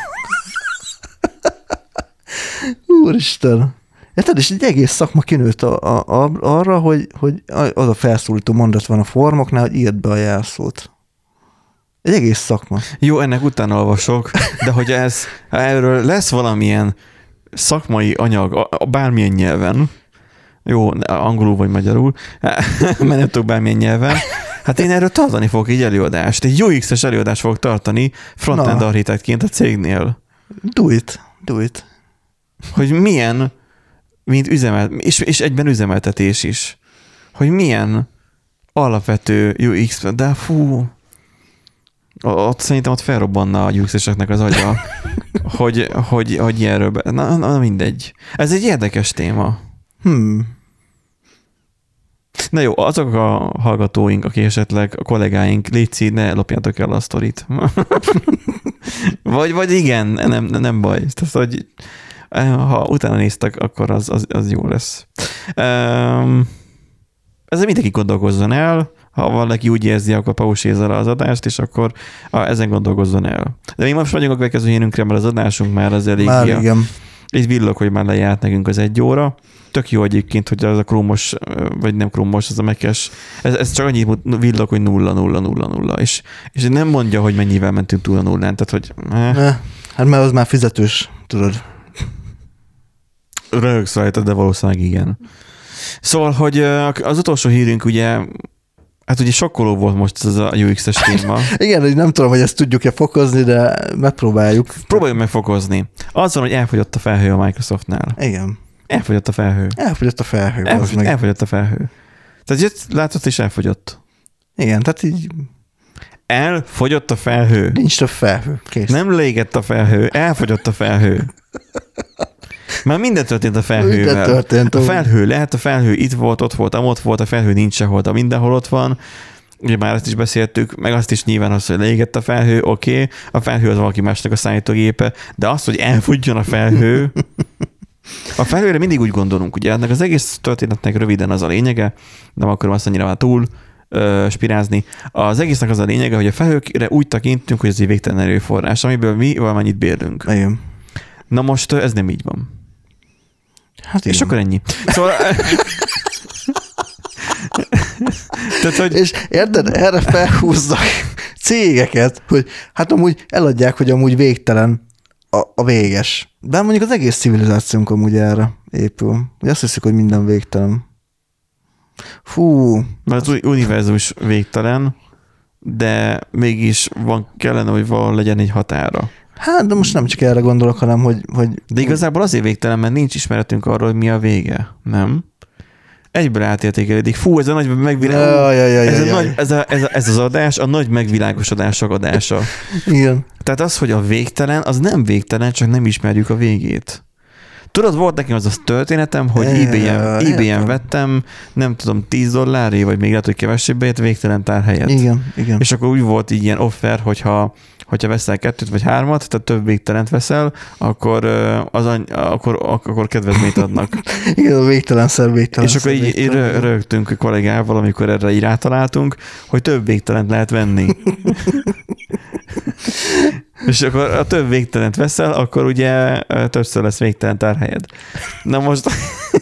Úristen. Érted, és egy egész szakma kinőtt a, a, a, arra, hogy, hogy az a felszólító mondat van a formoknál, hogy írd be a jelszót. Egy egész szakma. Jó, ennek utána olvasok, de hogy ez, erről lesz valamilyen szakmai anyag, a, a bármilyen nyelven, jó, angolul vagy magyarul, mert nem tudok bármilyen nyelven, hát én erről tartani fogok egy előadást, egy u iksz-es előadást fogok tartani frontend architektként a cégnél. Do it, do it. Hogy milyen, mint üzemelt, és, és egyben üzemeltetés is, hogy milyen alapvető u iksz, de fú, ott szerintem ott felrobbanna a u iksz-eseknek az agya, hogy, hogy, hogy ilyenről, be... na, na mindegy. Ez egy érdekes téma. Hmm. Na jó, azok a hallgatóink, akik esetleg a kollégáink, létszi, ne lopjátok el a sztorit. vagy, vagy igen, nem, nem baj. Tehát, hogy ha utána néztek, akkor az, az, az jó lesz. Ezzel mindenki gondolkozzon el, ha valaki úgy érzi, akkor pausézza le az adást, és akkor a, ezen gondolkozzon el. De mi most vagyunk a következő hírünkre, mert az adásunk már az elég. Már igen. Itt villog, hogy már lejárt nekünk az egy óra. Tök jó egyébként, hogy az a Chrome-os, vagy nem Chrome-os, az a Mac-es, ez, ez csak annyi villog, hogy nulla, nulla, nulla, nulla, és, és nem mondja, hogy mennyivel mentünk túl a nullán, tehát hogy... Eh. Ne, hát mert az már fizetős, tudod. Röhögsz rajta, de valószínűleg igen. Szóval, hogy az utolsó hírünk ugye, hát ugye sokkoló volt most ez a u iksz-es téma. Igen, hogy nem tudom, hogy ezt tudjuk-e fokozni, de megpróbáljuk. Próbáljuk megfokozni. Az van, hogy elfogyott a felhő a Microsoftnál. Igen. Elfogyott a felhő. Elfogyott a felhő. Elfogyott, meg. elfogyott a felhő. Tehát jött, látod, és elfogyott. Igen, tehát így... Elfogyott a felhő. Nincs több felhő. Kész. Nem légett a felhő, elfogyott a felhő. Már minden történt a felhővel. Minden történt. A felhő lehet, a felhő itt volt, ott volt, amott volt, a felhő nincs sehol, de mindenhol ott van. Ugye már ezt is beszéltük, meg azt is nyilván az, hogy légett a felhő, oké, okay. A felhő az valaki másnak a számítógépe, de az, hogy elfutjon a felhő, a felhőre mindig úgy gondolunk, ugye ennek az egész történetnek röviden az a lényege, nem akarom azt annyira már túl ö, spirázni. Az egésznek az a lényege, hogy a felhőkre úgy tekintünk, hogy ez egy végtelen erőforrás, amiből mi valamennyit bérlünk. Igen. Na most ez nem így van. Hát és igen. akkor ennyi. Szóval... Tehát, hogy... És érted, erre felhúznak cégeket, hogy hát amúgy eladják, hogy amúgy végtelen a, a véges. De mondjuk az egész civilizációnk amúgy erre épül. Hogy azt hiszik, hogy minden végtelen. Fú. Mert az univerzum is végtelen, de mégis van, kellene, hogy valahol legyen egy határa. Hát, de most nem csak erre gondolok, hanem hogy... hogy de igazából azért végtelen, mert nincs ismeretünk arról, hogy mi a vége. Nem? Egyből átértékelődik. Fú, ez a nagy megvilágosodás. Ja, ja, ja, ez, ja, ja. ez, ez, ez az adás, a nagy megvilágosodások adása. Igen. Tehát az, hogy a végtelen, az nem végtelen, csak nem ismerjük a végét. Tudod, volt nekem az a történetem, hogy eBay-en, eBay-en vettem, nem tudom, tíz dolláré, vagy még lehet, hogy kevesebbe, végtelen tárhelyet. Igen, igen. És akkor úgy volt így ilyen offer, hogyha, hogyha veszel kettőt vagy hármat, tehát több végtelent veszel, akkor, az, akkor, akkor kedvezményt adnak. Igen, a végtelenszer végtelen. És akkor így, így rögtünk a kollégával, amikor erre így rátaláltunk, hogy több végtelent lehet venni. És akkor a több végtelent veszel, akkor ugye többször lesz végtelen tárhelyed. Na most...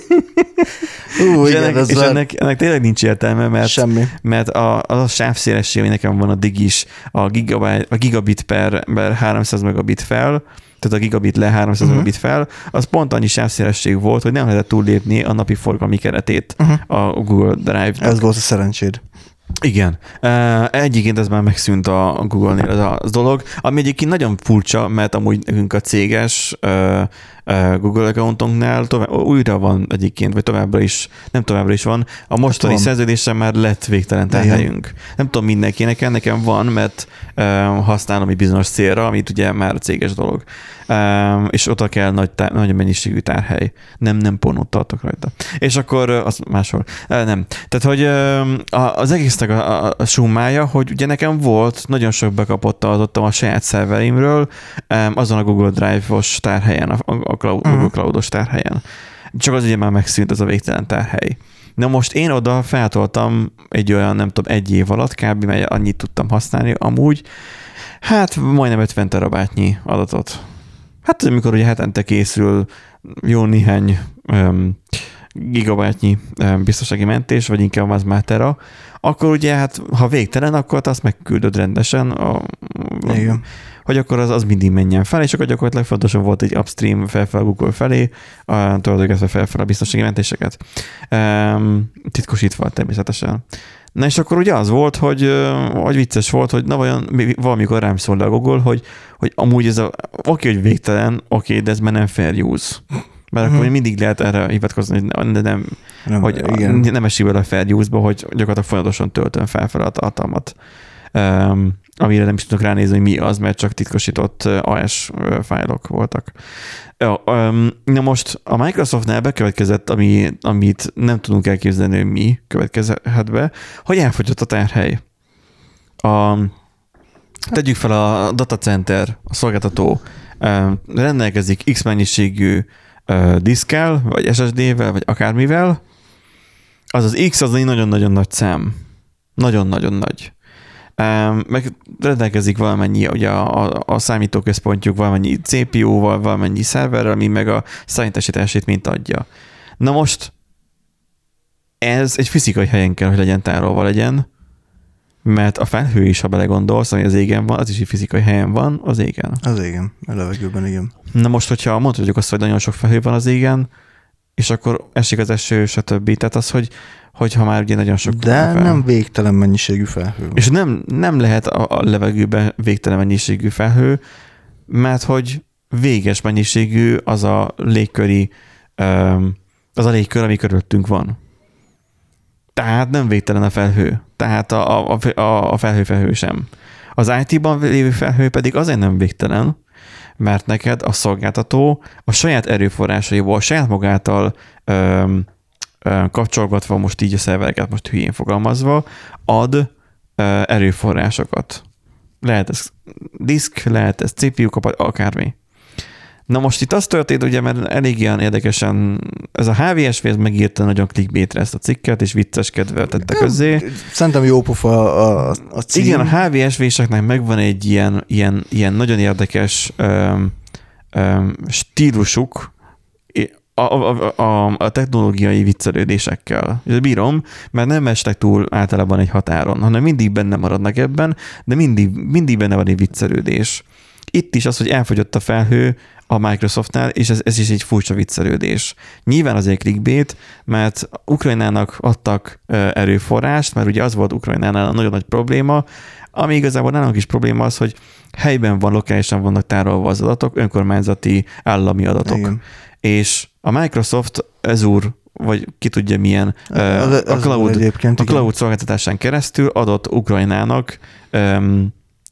Ú, és igen, ennek, és ennek, ennek tényleg nincs értelme, mert, Semmi. mert a, az a sávszélesség, ami nekem van a digis, a, gigabyte, a gigabit per, per háromszáz megabit fel, tehát a gigabit le háromszáz uh-huh. megabit fel, az pont annyi sávszélesség volt, hogy nem lehetett túllépni a napi forgalmi keretét uh-huh. a Google Drive-nak. Ez volt a szerencséd. Igen. Egyébként ez már megszűnt a Google-nél az a dolog, ami egyébként nagyon furcsa, mert amúgy nekünk a céges Google accountunknál tovább, újra van egyébként, vagy továbbra is, nem továbbra is van. A mostani hát szerződésen már lett végtelen tárhelyünk. Nem tudom mindenkinek, nekem van, mert használom egy bizonyos célra, amit ugye már a céges dolog. És oda kell nagy, tár, nagy mennyiségű tárhely. Nem, nem pornót tartok rajta. És akkor az máshol. Nem. Tehát, hogy az egésznek a, a, a summája, hogy ugye nekem volt, nagyon sok bekapottal adottam a saját szerverimről azon a Google Drive-os tárhelyen, a, a Cloud, uh-huh. Google Cloud-os tárhelyen. Csak az ugye már megszűnt ez a végtelen tárhely. Na most én oda feltoltam egy olyan, nem tudom, egy év alatt kb. Mert annyit tudtam használni amúgy, hát majdnem ötven terabájtnyi adatot. Hát amikor ugye hetente készül jó néhány um, gigabájtnyi um, biztonsági mentés, vagy inkább az már tera, akkor ugye hát ha végtelen, akkor azt megküldöd rendesen, a, Igen. hogy akkor az, az mindig menjen fel, és akkor gyakorlatilag fontosan volt egy upstream felfel a Google felé, tulajdonképpen felfel a biztonsági mentéseket. Um, titkosítva természetesen. Na és akkor ugye az volt, hogy, hogy vicces volt, hogy na vajon valamikor rám szól le a Google, hogy, hogy amúgy ez a, oké, hogy végtelen, oké, de ez már nem fair use. Mert hmm. akkor mindig lehet erre hivatkozni, hogy nem, nem, hogy nem esik bele a fair use-ba, hogy gyakorlatilag folyamatosan töltöm fel a tartalmat. Um, amire nem is tudok ránézni, hogy mi az, mert csak titkosított á es fájlok voltak. Na most a Microsoftnál bekövetkezett, ami, amit nem tudunk elképzelni, hogy mi következhet be, hogy elfogyott a tárhely. A, tegyük fel a datacenter, a szolgáltató rendelkezik X mennyiségű diszkkel, vagy es es dé-vel, vagy akármivel, az az X az egy nagyon-nagyon nagy szám. Nagyon-nagyon nagy. meg rendelkezik valamennyi ugye a, a, a számítóközpontjuk, valamennyi cé pé u-val, valamennyi szerverrel, ami meg a számítási teljesítményt adja. Na most ez egy fizikai helyen kell, hogy legyen tárolva legyen, mert a felhő is, ha belegondolsz, ami az égen van, az is egy fizikai helyen van, az égen. Az égen, a levegőben, igen. Na most, hogyha mondhatjuk azt, hogy nagyon sok felhő van az égen, és akkor esik az eső, stb. Tehát az, hogy, hogy ha már ugye nagyon sok... De nem végtelen mennyiségű felhő. És nem, nem lehet a, a levegőben végtelen mennyiségű felhő, mert hogy véges mennyiségű az a légköri, az a légkör, ami körülöttünk van. Tehát nem végtelen a felhő. Tehát a, a, a felhő felhő sem. Az í té-ban lévő felhő pedig azért nem végtelen, mert neked a szolgáltató a saját erőforrásaiból, a saját magától öm, öm, kapcsolgatva, most így a szervereket, most hülyén fogalmazva, ad ö, erőforrásokat. Lehet ez diszk, lehet ez cé pé u, akármi. Na most itt az történt, ugye, mert elég ilyen érdekesen, ez a há vé es vé megírta nagyon clickbaitre ezt a cikket, és vicceskedve tette közzé. Szerintem jó pofa a, a cím. Igen, a há vé es vé-seknek megvan egy ilyen, ilyen, ilyen nagyon érdekes öm, öm, stílusuk a, a, a, a technológiai viccelődésekkel. És bírom, mert nem estek túl általában egy határon, hanem mindig benne maradnak ebben, de mindig, mindig benne van egy viccelődés. Itt is az, hogy elfogyott a felhő a Microsoftnál, és ez, ez is egy furcsa viccelődés. Nyilván azért clickbait, mert Ukrajnának adtak erőforrást, mert ugye az volt Ukrajnánál a nagyon nagy probléma, ami igazából nálunk is probléma az, hogy helyben van, lokálisan vannak tárolva az adatok, önkormányzati állami adatok. Igen. És a Microsoft ezúr, vagy ki tudja milyen, az, az a cloud, a cloud szolgáltatásán keresztül adott Ukrajnának um,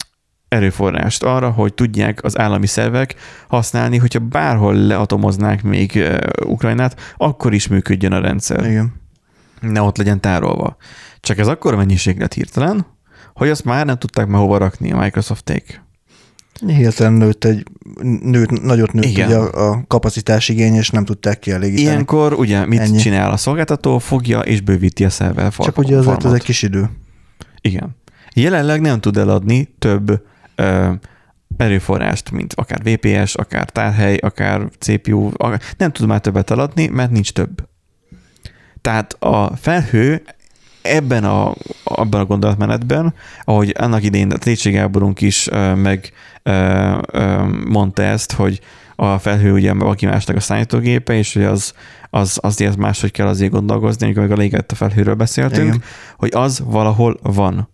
erőforrást arra, hogy tudják az állami szervek használni, hogyha bárhol leatomoznák még uh, Ukrajnát, akkor is működjön a rendszer. Igen. Ne ott legyen tárolva. Csak ez akkor mennyiség lett hirtelen, hogy azt már nem tudták már hova rakni a Microsofték. Hirtelen nőtt egy, nőtt, nagyot nőtt ugye a, a kapacitásigény, és nem tudták kielégíteni. Ilyenkor ugye mit Ennyi. csinál a szolgáltató? Fogja és bővíti a szerver farmot. Csak ugye azért ez egy kis idő. Igen. Jelenleg nem tud eladni több ö, erőforrást, mint akár vé pé es, akár tárhely, akár cé pé u, akár, nem tud már többet eladni, mert nincs több. Tehát a felhő ebben a, abban a gondolatmenetben, ahogy annak idején a Técsé Gáborunk is uh, meg uh, uh, mondta ezt, hogy a felhő ugye valaki másnak a számítógépe, és hogy az, az, azért máshogy kell azért gondolkozni, amikor még a légett a felhőről beszéltünk, igen, hogy az valahol van.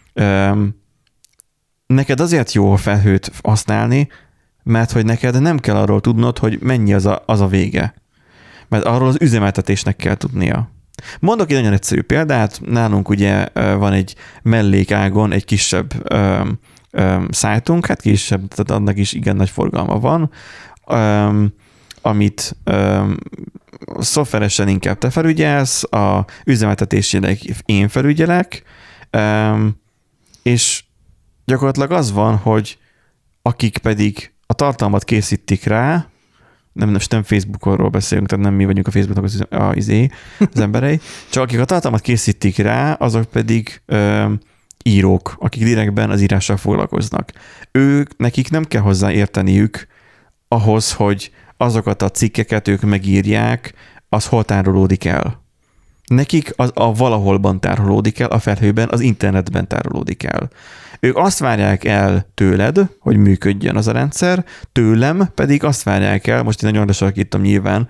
Um, neked azért jó a felhőt használni, mert hogy neked nem kell arról tudnod, hogy mennyi az a, az a vége. Mert arról az üzemeltetésnek kell tudnia. Mondok egy nagyon egyszerű példát, nálunk ugye van egy mellékágon egy kisebb öm, öm, szájtunk, hát kisebb, tehát annak is igen nagy forgalma van, öm, amit öm, szoftveresen inkább te felügyelsz, a üzemeltetésének én felügyelek, öm, és gyakorlatilag az van, hogy akik pedig a tartalmat készítik rá, nem, most nem Facebookról beszélünk, tehát nem mi vagyunk a Facebooknak az, az, az emberei, csak akik a tartalmat készítik rá, azok pedig ö, írók, akik direktben az írással foglalkoznak. Ők, nekik nem kell hozzá érteniük ahhoz, hogy azokat a cikkeket ők megírják, az hol tárolódik el. Nekik az a valaholban tárolódik el, a felhőben, az internetben tárolódik el. Ők azt várják el tőled, hogy működjön az a rendszer, tőlem pedig azt várják el, most én nagyon lesarkítom nyilván,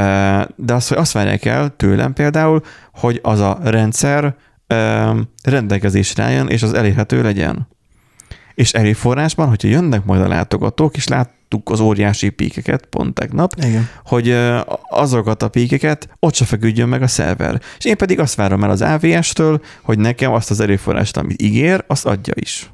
de azt, hogy azt várják el tőlem például, hogy az a rendszer rendelkezésre álljon, és az elérhető legyen. És erőforrásban, hogyha jönnek majd a látogatók, és láttuk az óriási píkeket pont tegnap, igen, hogy azokat a píkeket ott se feküdjön meg a szerver. És én pedig azt várom el az á vé es-től, hogy nekem azt az erőforrást, amit ígér, azt adja is.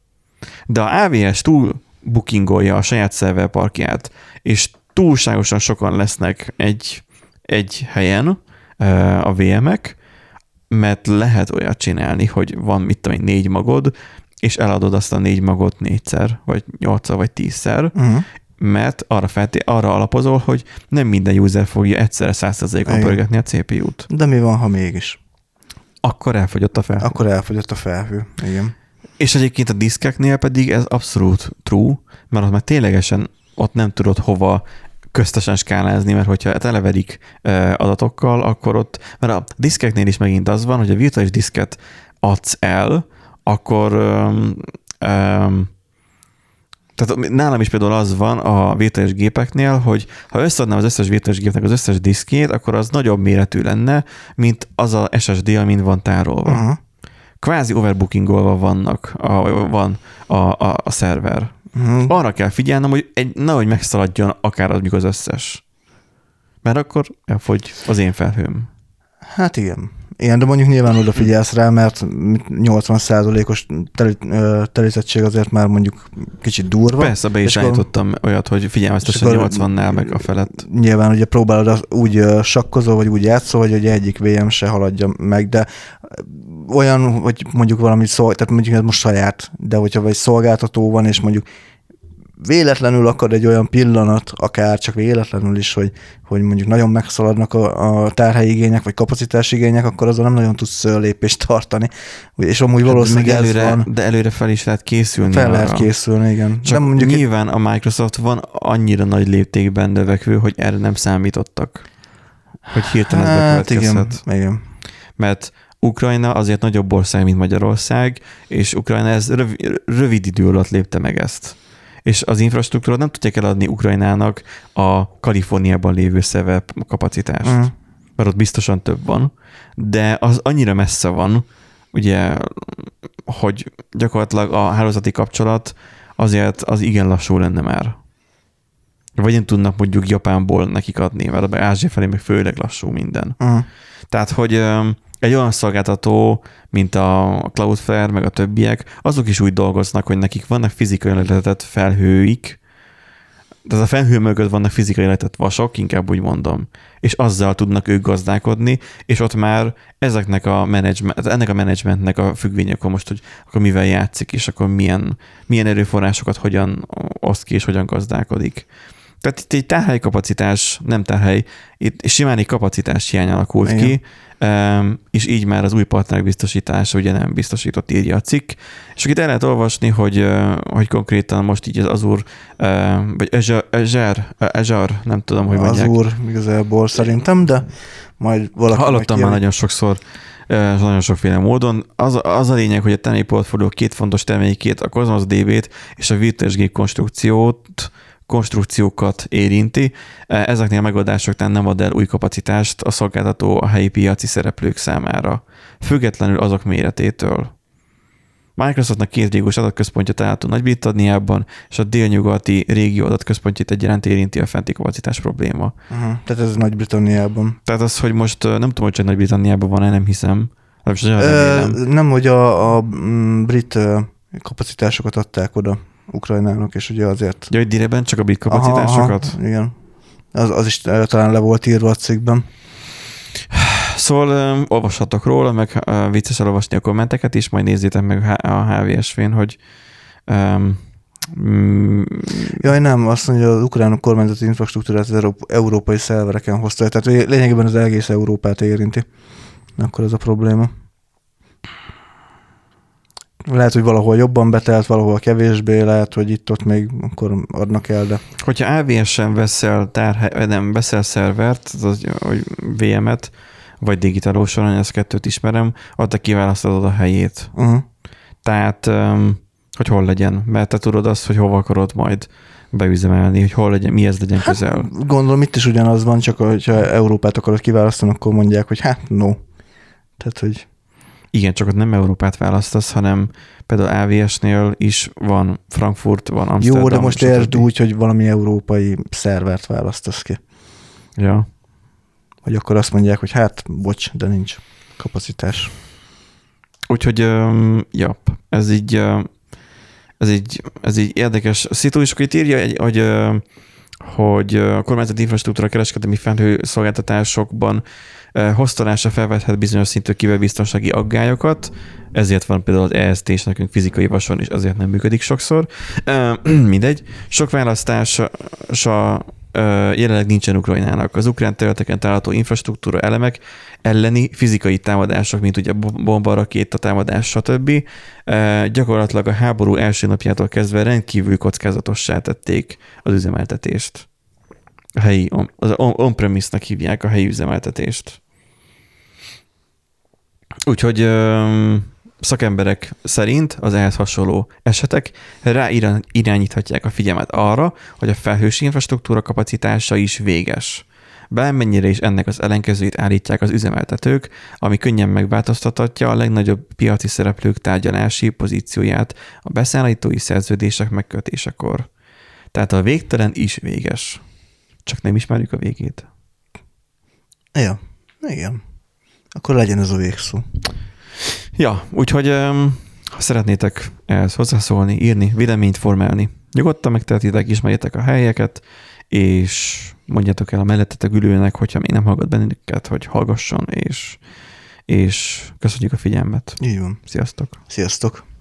De a á vé es túl bookingolja a saját szerverparkját, és túlságosan sokan lesznek egy, egy helyen a vé em-ek, mert lehet olyat csinálni, hogy van mit tudom én, négy magod, és eladod azt a négy magot négyszer, vagy nyolcszor, vagy tízszer, uh-huh, mert arra, felté- arra alapozol, hogy nem minden user fogja egyszerre száz százalékon pörgetni a cé pé u-t. De mi van, ha mégis? Akkor elfogyott a felhő. Akkor elfogyott a felhő, igen. És egyébként a diszkeknél pedig ez abszolút true, mert ott már ténylegesen ott nem tudod hova köztesen skálázni, mert hogyha televerik adatokkal, akkor ott, mert a diszkeknél is megint az van, hogy a virtuális diszket adsz el, akkor um, um, tehát nálam is például az van a virtuális gépeknél, hogy ha összeadnám az összes virtuális gépnek az összes diszkét, akkor az nagyobb méretű lenne, mint az a es es dé, amin van tárolva. Uh-huh. Kvázi overbookingolva vannak, a, van a, a, a szerver. Uh-huh. Arra kell figyelnem, hogy egy, nehogy megszaladjon akár az, mikor az összes. Mert akkor elfogy az én felhőm. Hát igen. Igen, de mondjuk nyilván odafigyelsz rá, mert nyolcvan százalékos telítettség azért már mondjuk kicsit durva. Persze, be is állítottam olyat, hogy figyelmeztesen nyolcvannál meg a felett. Nyilván ugye próbálod úgy sakkozol, vagy úgy játszol, hogy ugye egyik vé em se haladja meg, de olyan, hogy mondjuk valami szolgáltató, tehát mondjuk ez most saját, de hogyha vagy szolgáltató van, és mondjuk véletlenül akad egy olyan pillanat, akár csak véletlenül is, hogy, hogy mondjuk nagyon megszaladnak a, a tárhelyigények, vagy kapacitásigények, akkor azon nem nagyon tudsz lépést tartani. És amúgy valószínűleg de előre, ez van. De előre fel is lehet készülni. Fel arra. lehet készülni, igen. Csak nem mondjuk nyilván egy... a Microsoft van annyira nagy léptékben növekvő, hogy erre nem számítottak. Hogy hirtelen hát, ez bekövetkezhet. Igen, igen. Mert Ukrajna azért nagyobb ország, mint Magyarország, és Ukrajna ez rövid, rövid idő alatt lépte meg ezt. És az infrastruktúrát nem tudják eladni Ukrajnának a Kaliforniában lévő szerver kapacitást. Uh-huh. Mert ott biztosan több van, de az annyira messze van, ugye, hogy gyakorlatilag a hálózati kapcsolat azért az igen lassú lenne már. Vagy nem tudnak mondjuk Japánból nekik adni, mert Ázsia felé meg főleg lassú minden. Uh-huh. Tehát, hogy egy olyan szolgáltató, mint a Cloudflare, meg a többiek, azok is úgy dolgoznak, hogy nekik vannak fizikai lehetett felhőik, tehát a felhő mögött vannak fizikai lehetett vasok, inkább úgy mondom, és azzal tudnak ők gazdálkodni, és ott már ezeknek a menedzsment, ennek a menedzsmentnek a függvény, akkor most, hogy akkor mivel játszik, és akkor milyen, milyen erőforrásokat hogyan oszt ki, és hogyan gazdálkodik. Tehát itt egy tárhely kapacitás, nem tárhely, itt simán egy kapacitás hiány alakult Igen. ki, és így már az új partnerek biztosítása ugye nem biztosított, írja a cikk. És itt el lehet olvasni, hogy, hogy konkrétan most így az Azure, vagy Azure, Azure, nem tudom, hogy mondják. Azure igazából szerintem, de majd valaki Hallottam már nagyon sokszor, nagyon sokféle módon. Az, az a lényeg, hogy a termék portfólió két fontos termékét, a Cosmos dé bét és a virtuális gép konstrukciót konstrukciókat érinti. Ezeknél a megoldásoknál nem ad el új kapacitást a szolgáltató a helyi piaci szereplők számára, függetlenül azok méretétől. Microsoftnak két régós adatközpontja található Nagy-Britanniában, és a délnyugati régió adatközpontját egyaránt érinti a fenti kapacitás probléma. Uh-huh. Tehát ez Nagy-Britanniában. Tehát az, hogy most nem tudom, hogy csak Nagy-Britanniában van-e, nem hiszem. Ö, nem, hogy a, a brit kapacitásokat adták oda Ukrajnának, és ugye azért... Ja, hogy direben csak a brit kapacitásokat? Aha, aha, igen. Az, az is talán le volt írva a cikkben. Szóval um, olvashatok róla, meg uh, vicces elolvasni a kommenteket is, majd nézzétek meg a há vé es vé-n, hogy um, mm, Jaj, nem, azt mondja, az ukránok kormányzati infrastruktúrát az európai szervereken hozta, tehát lényegében az egész Európát érinti. Akkor ez a probléma. Lehet, hogy valahol jobban betelt, valahol kevésbé, lehet, hogy itt-ott még akkor adnak el, de... Hogyha á vé es-en veszel, tárhely, nem, veszel szervert, az, vagy vé em-et, vagy digitálóson, ezt kettőt ismerem, ott te kiválasztod a helyét. Uh-huh. Tehát, hogy hol legyen, mert te tudod azt, hogy hova akarod majd beüzemelni, hogy hol legyen, mihez legyen hát, közel. Gondolom, itt is ugyanaz van, csak hogyha Európát akarod kiválasztani, akkor mondják, hogy hát no. Tehát, hogy... Igen, csak ott nem Európát választasz, hanem például á vé es-nél is van Frankfurt, van Amsterdam. Jó, de most értsd úgy, hogy valami európai szervert választasz ki. Ja. Hogy akkor azt mondják, hogy hát, bocs, de nincs kapacitás. Úgyhogy, um, ja, ez így, uh, ez így, ez így érdekes szitu, és akkor itt írja, hogy, uh, hogy a kormányzati infrastruktúra kereskedelmi felhő szolgáltatásokban hoztalása felvethet bizonyos szintű kiberbiztonsági aggályokat, ezért van például az e es té, és nekünk fizikai vason is azért nem működik sokszor. Mindegy. Sok választása jelenleg nincsen Ukrajnának. Az ukrán területeken található infrastruktúra elemek elleni fizikai támadások, mint ugye bomba, rakéta támadás, stb. Gyakorlatilag a háború első napjától kezdve rendkívül kockázatossá tették az üzemeltetést. A helyi, az on-premise-nek hívják a helyi üzemeltetést. Úgyhogy szakemberek szerint az ehhez hasonló esetek rá irányíthatják a figyelmet arra, hogy a felhős infrastruktúra kapacitása is véges. Bármennyire is ennek az ellenkezőjét állítják az üzemeltetők, ami könnyen megváltoztathatja a legnagyobb piaci szereplők tárgyalási pozícióját a beszállítói szerződések megkötésekor. Tehát a végtelen is véges. Csak nem ismerjük a végét. Ja, igen. Akkor legyen ez a végszó. Ja, úgyhogy ha szeretnétek ehhez hozzászólni, írni, véleményt formálni, nyugodtan megtehetitek, ismerjétek a helyeket, és mondjátok el a mellettetek ülőnek, hogyha még nem hallgat bennünket, hogy hallgasson, és, és köszönjük a figyelmet. Így van. Sziasztok! Sziasztok!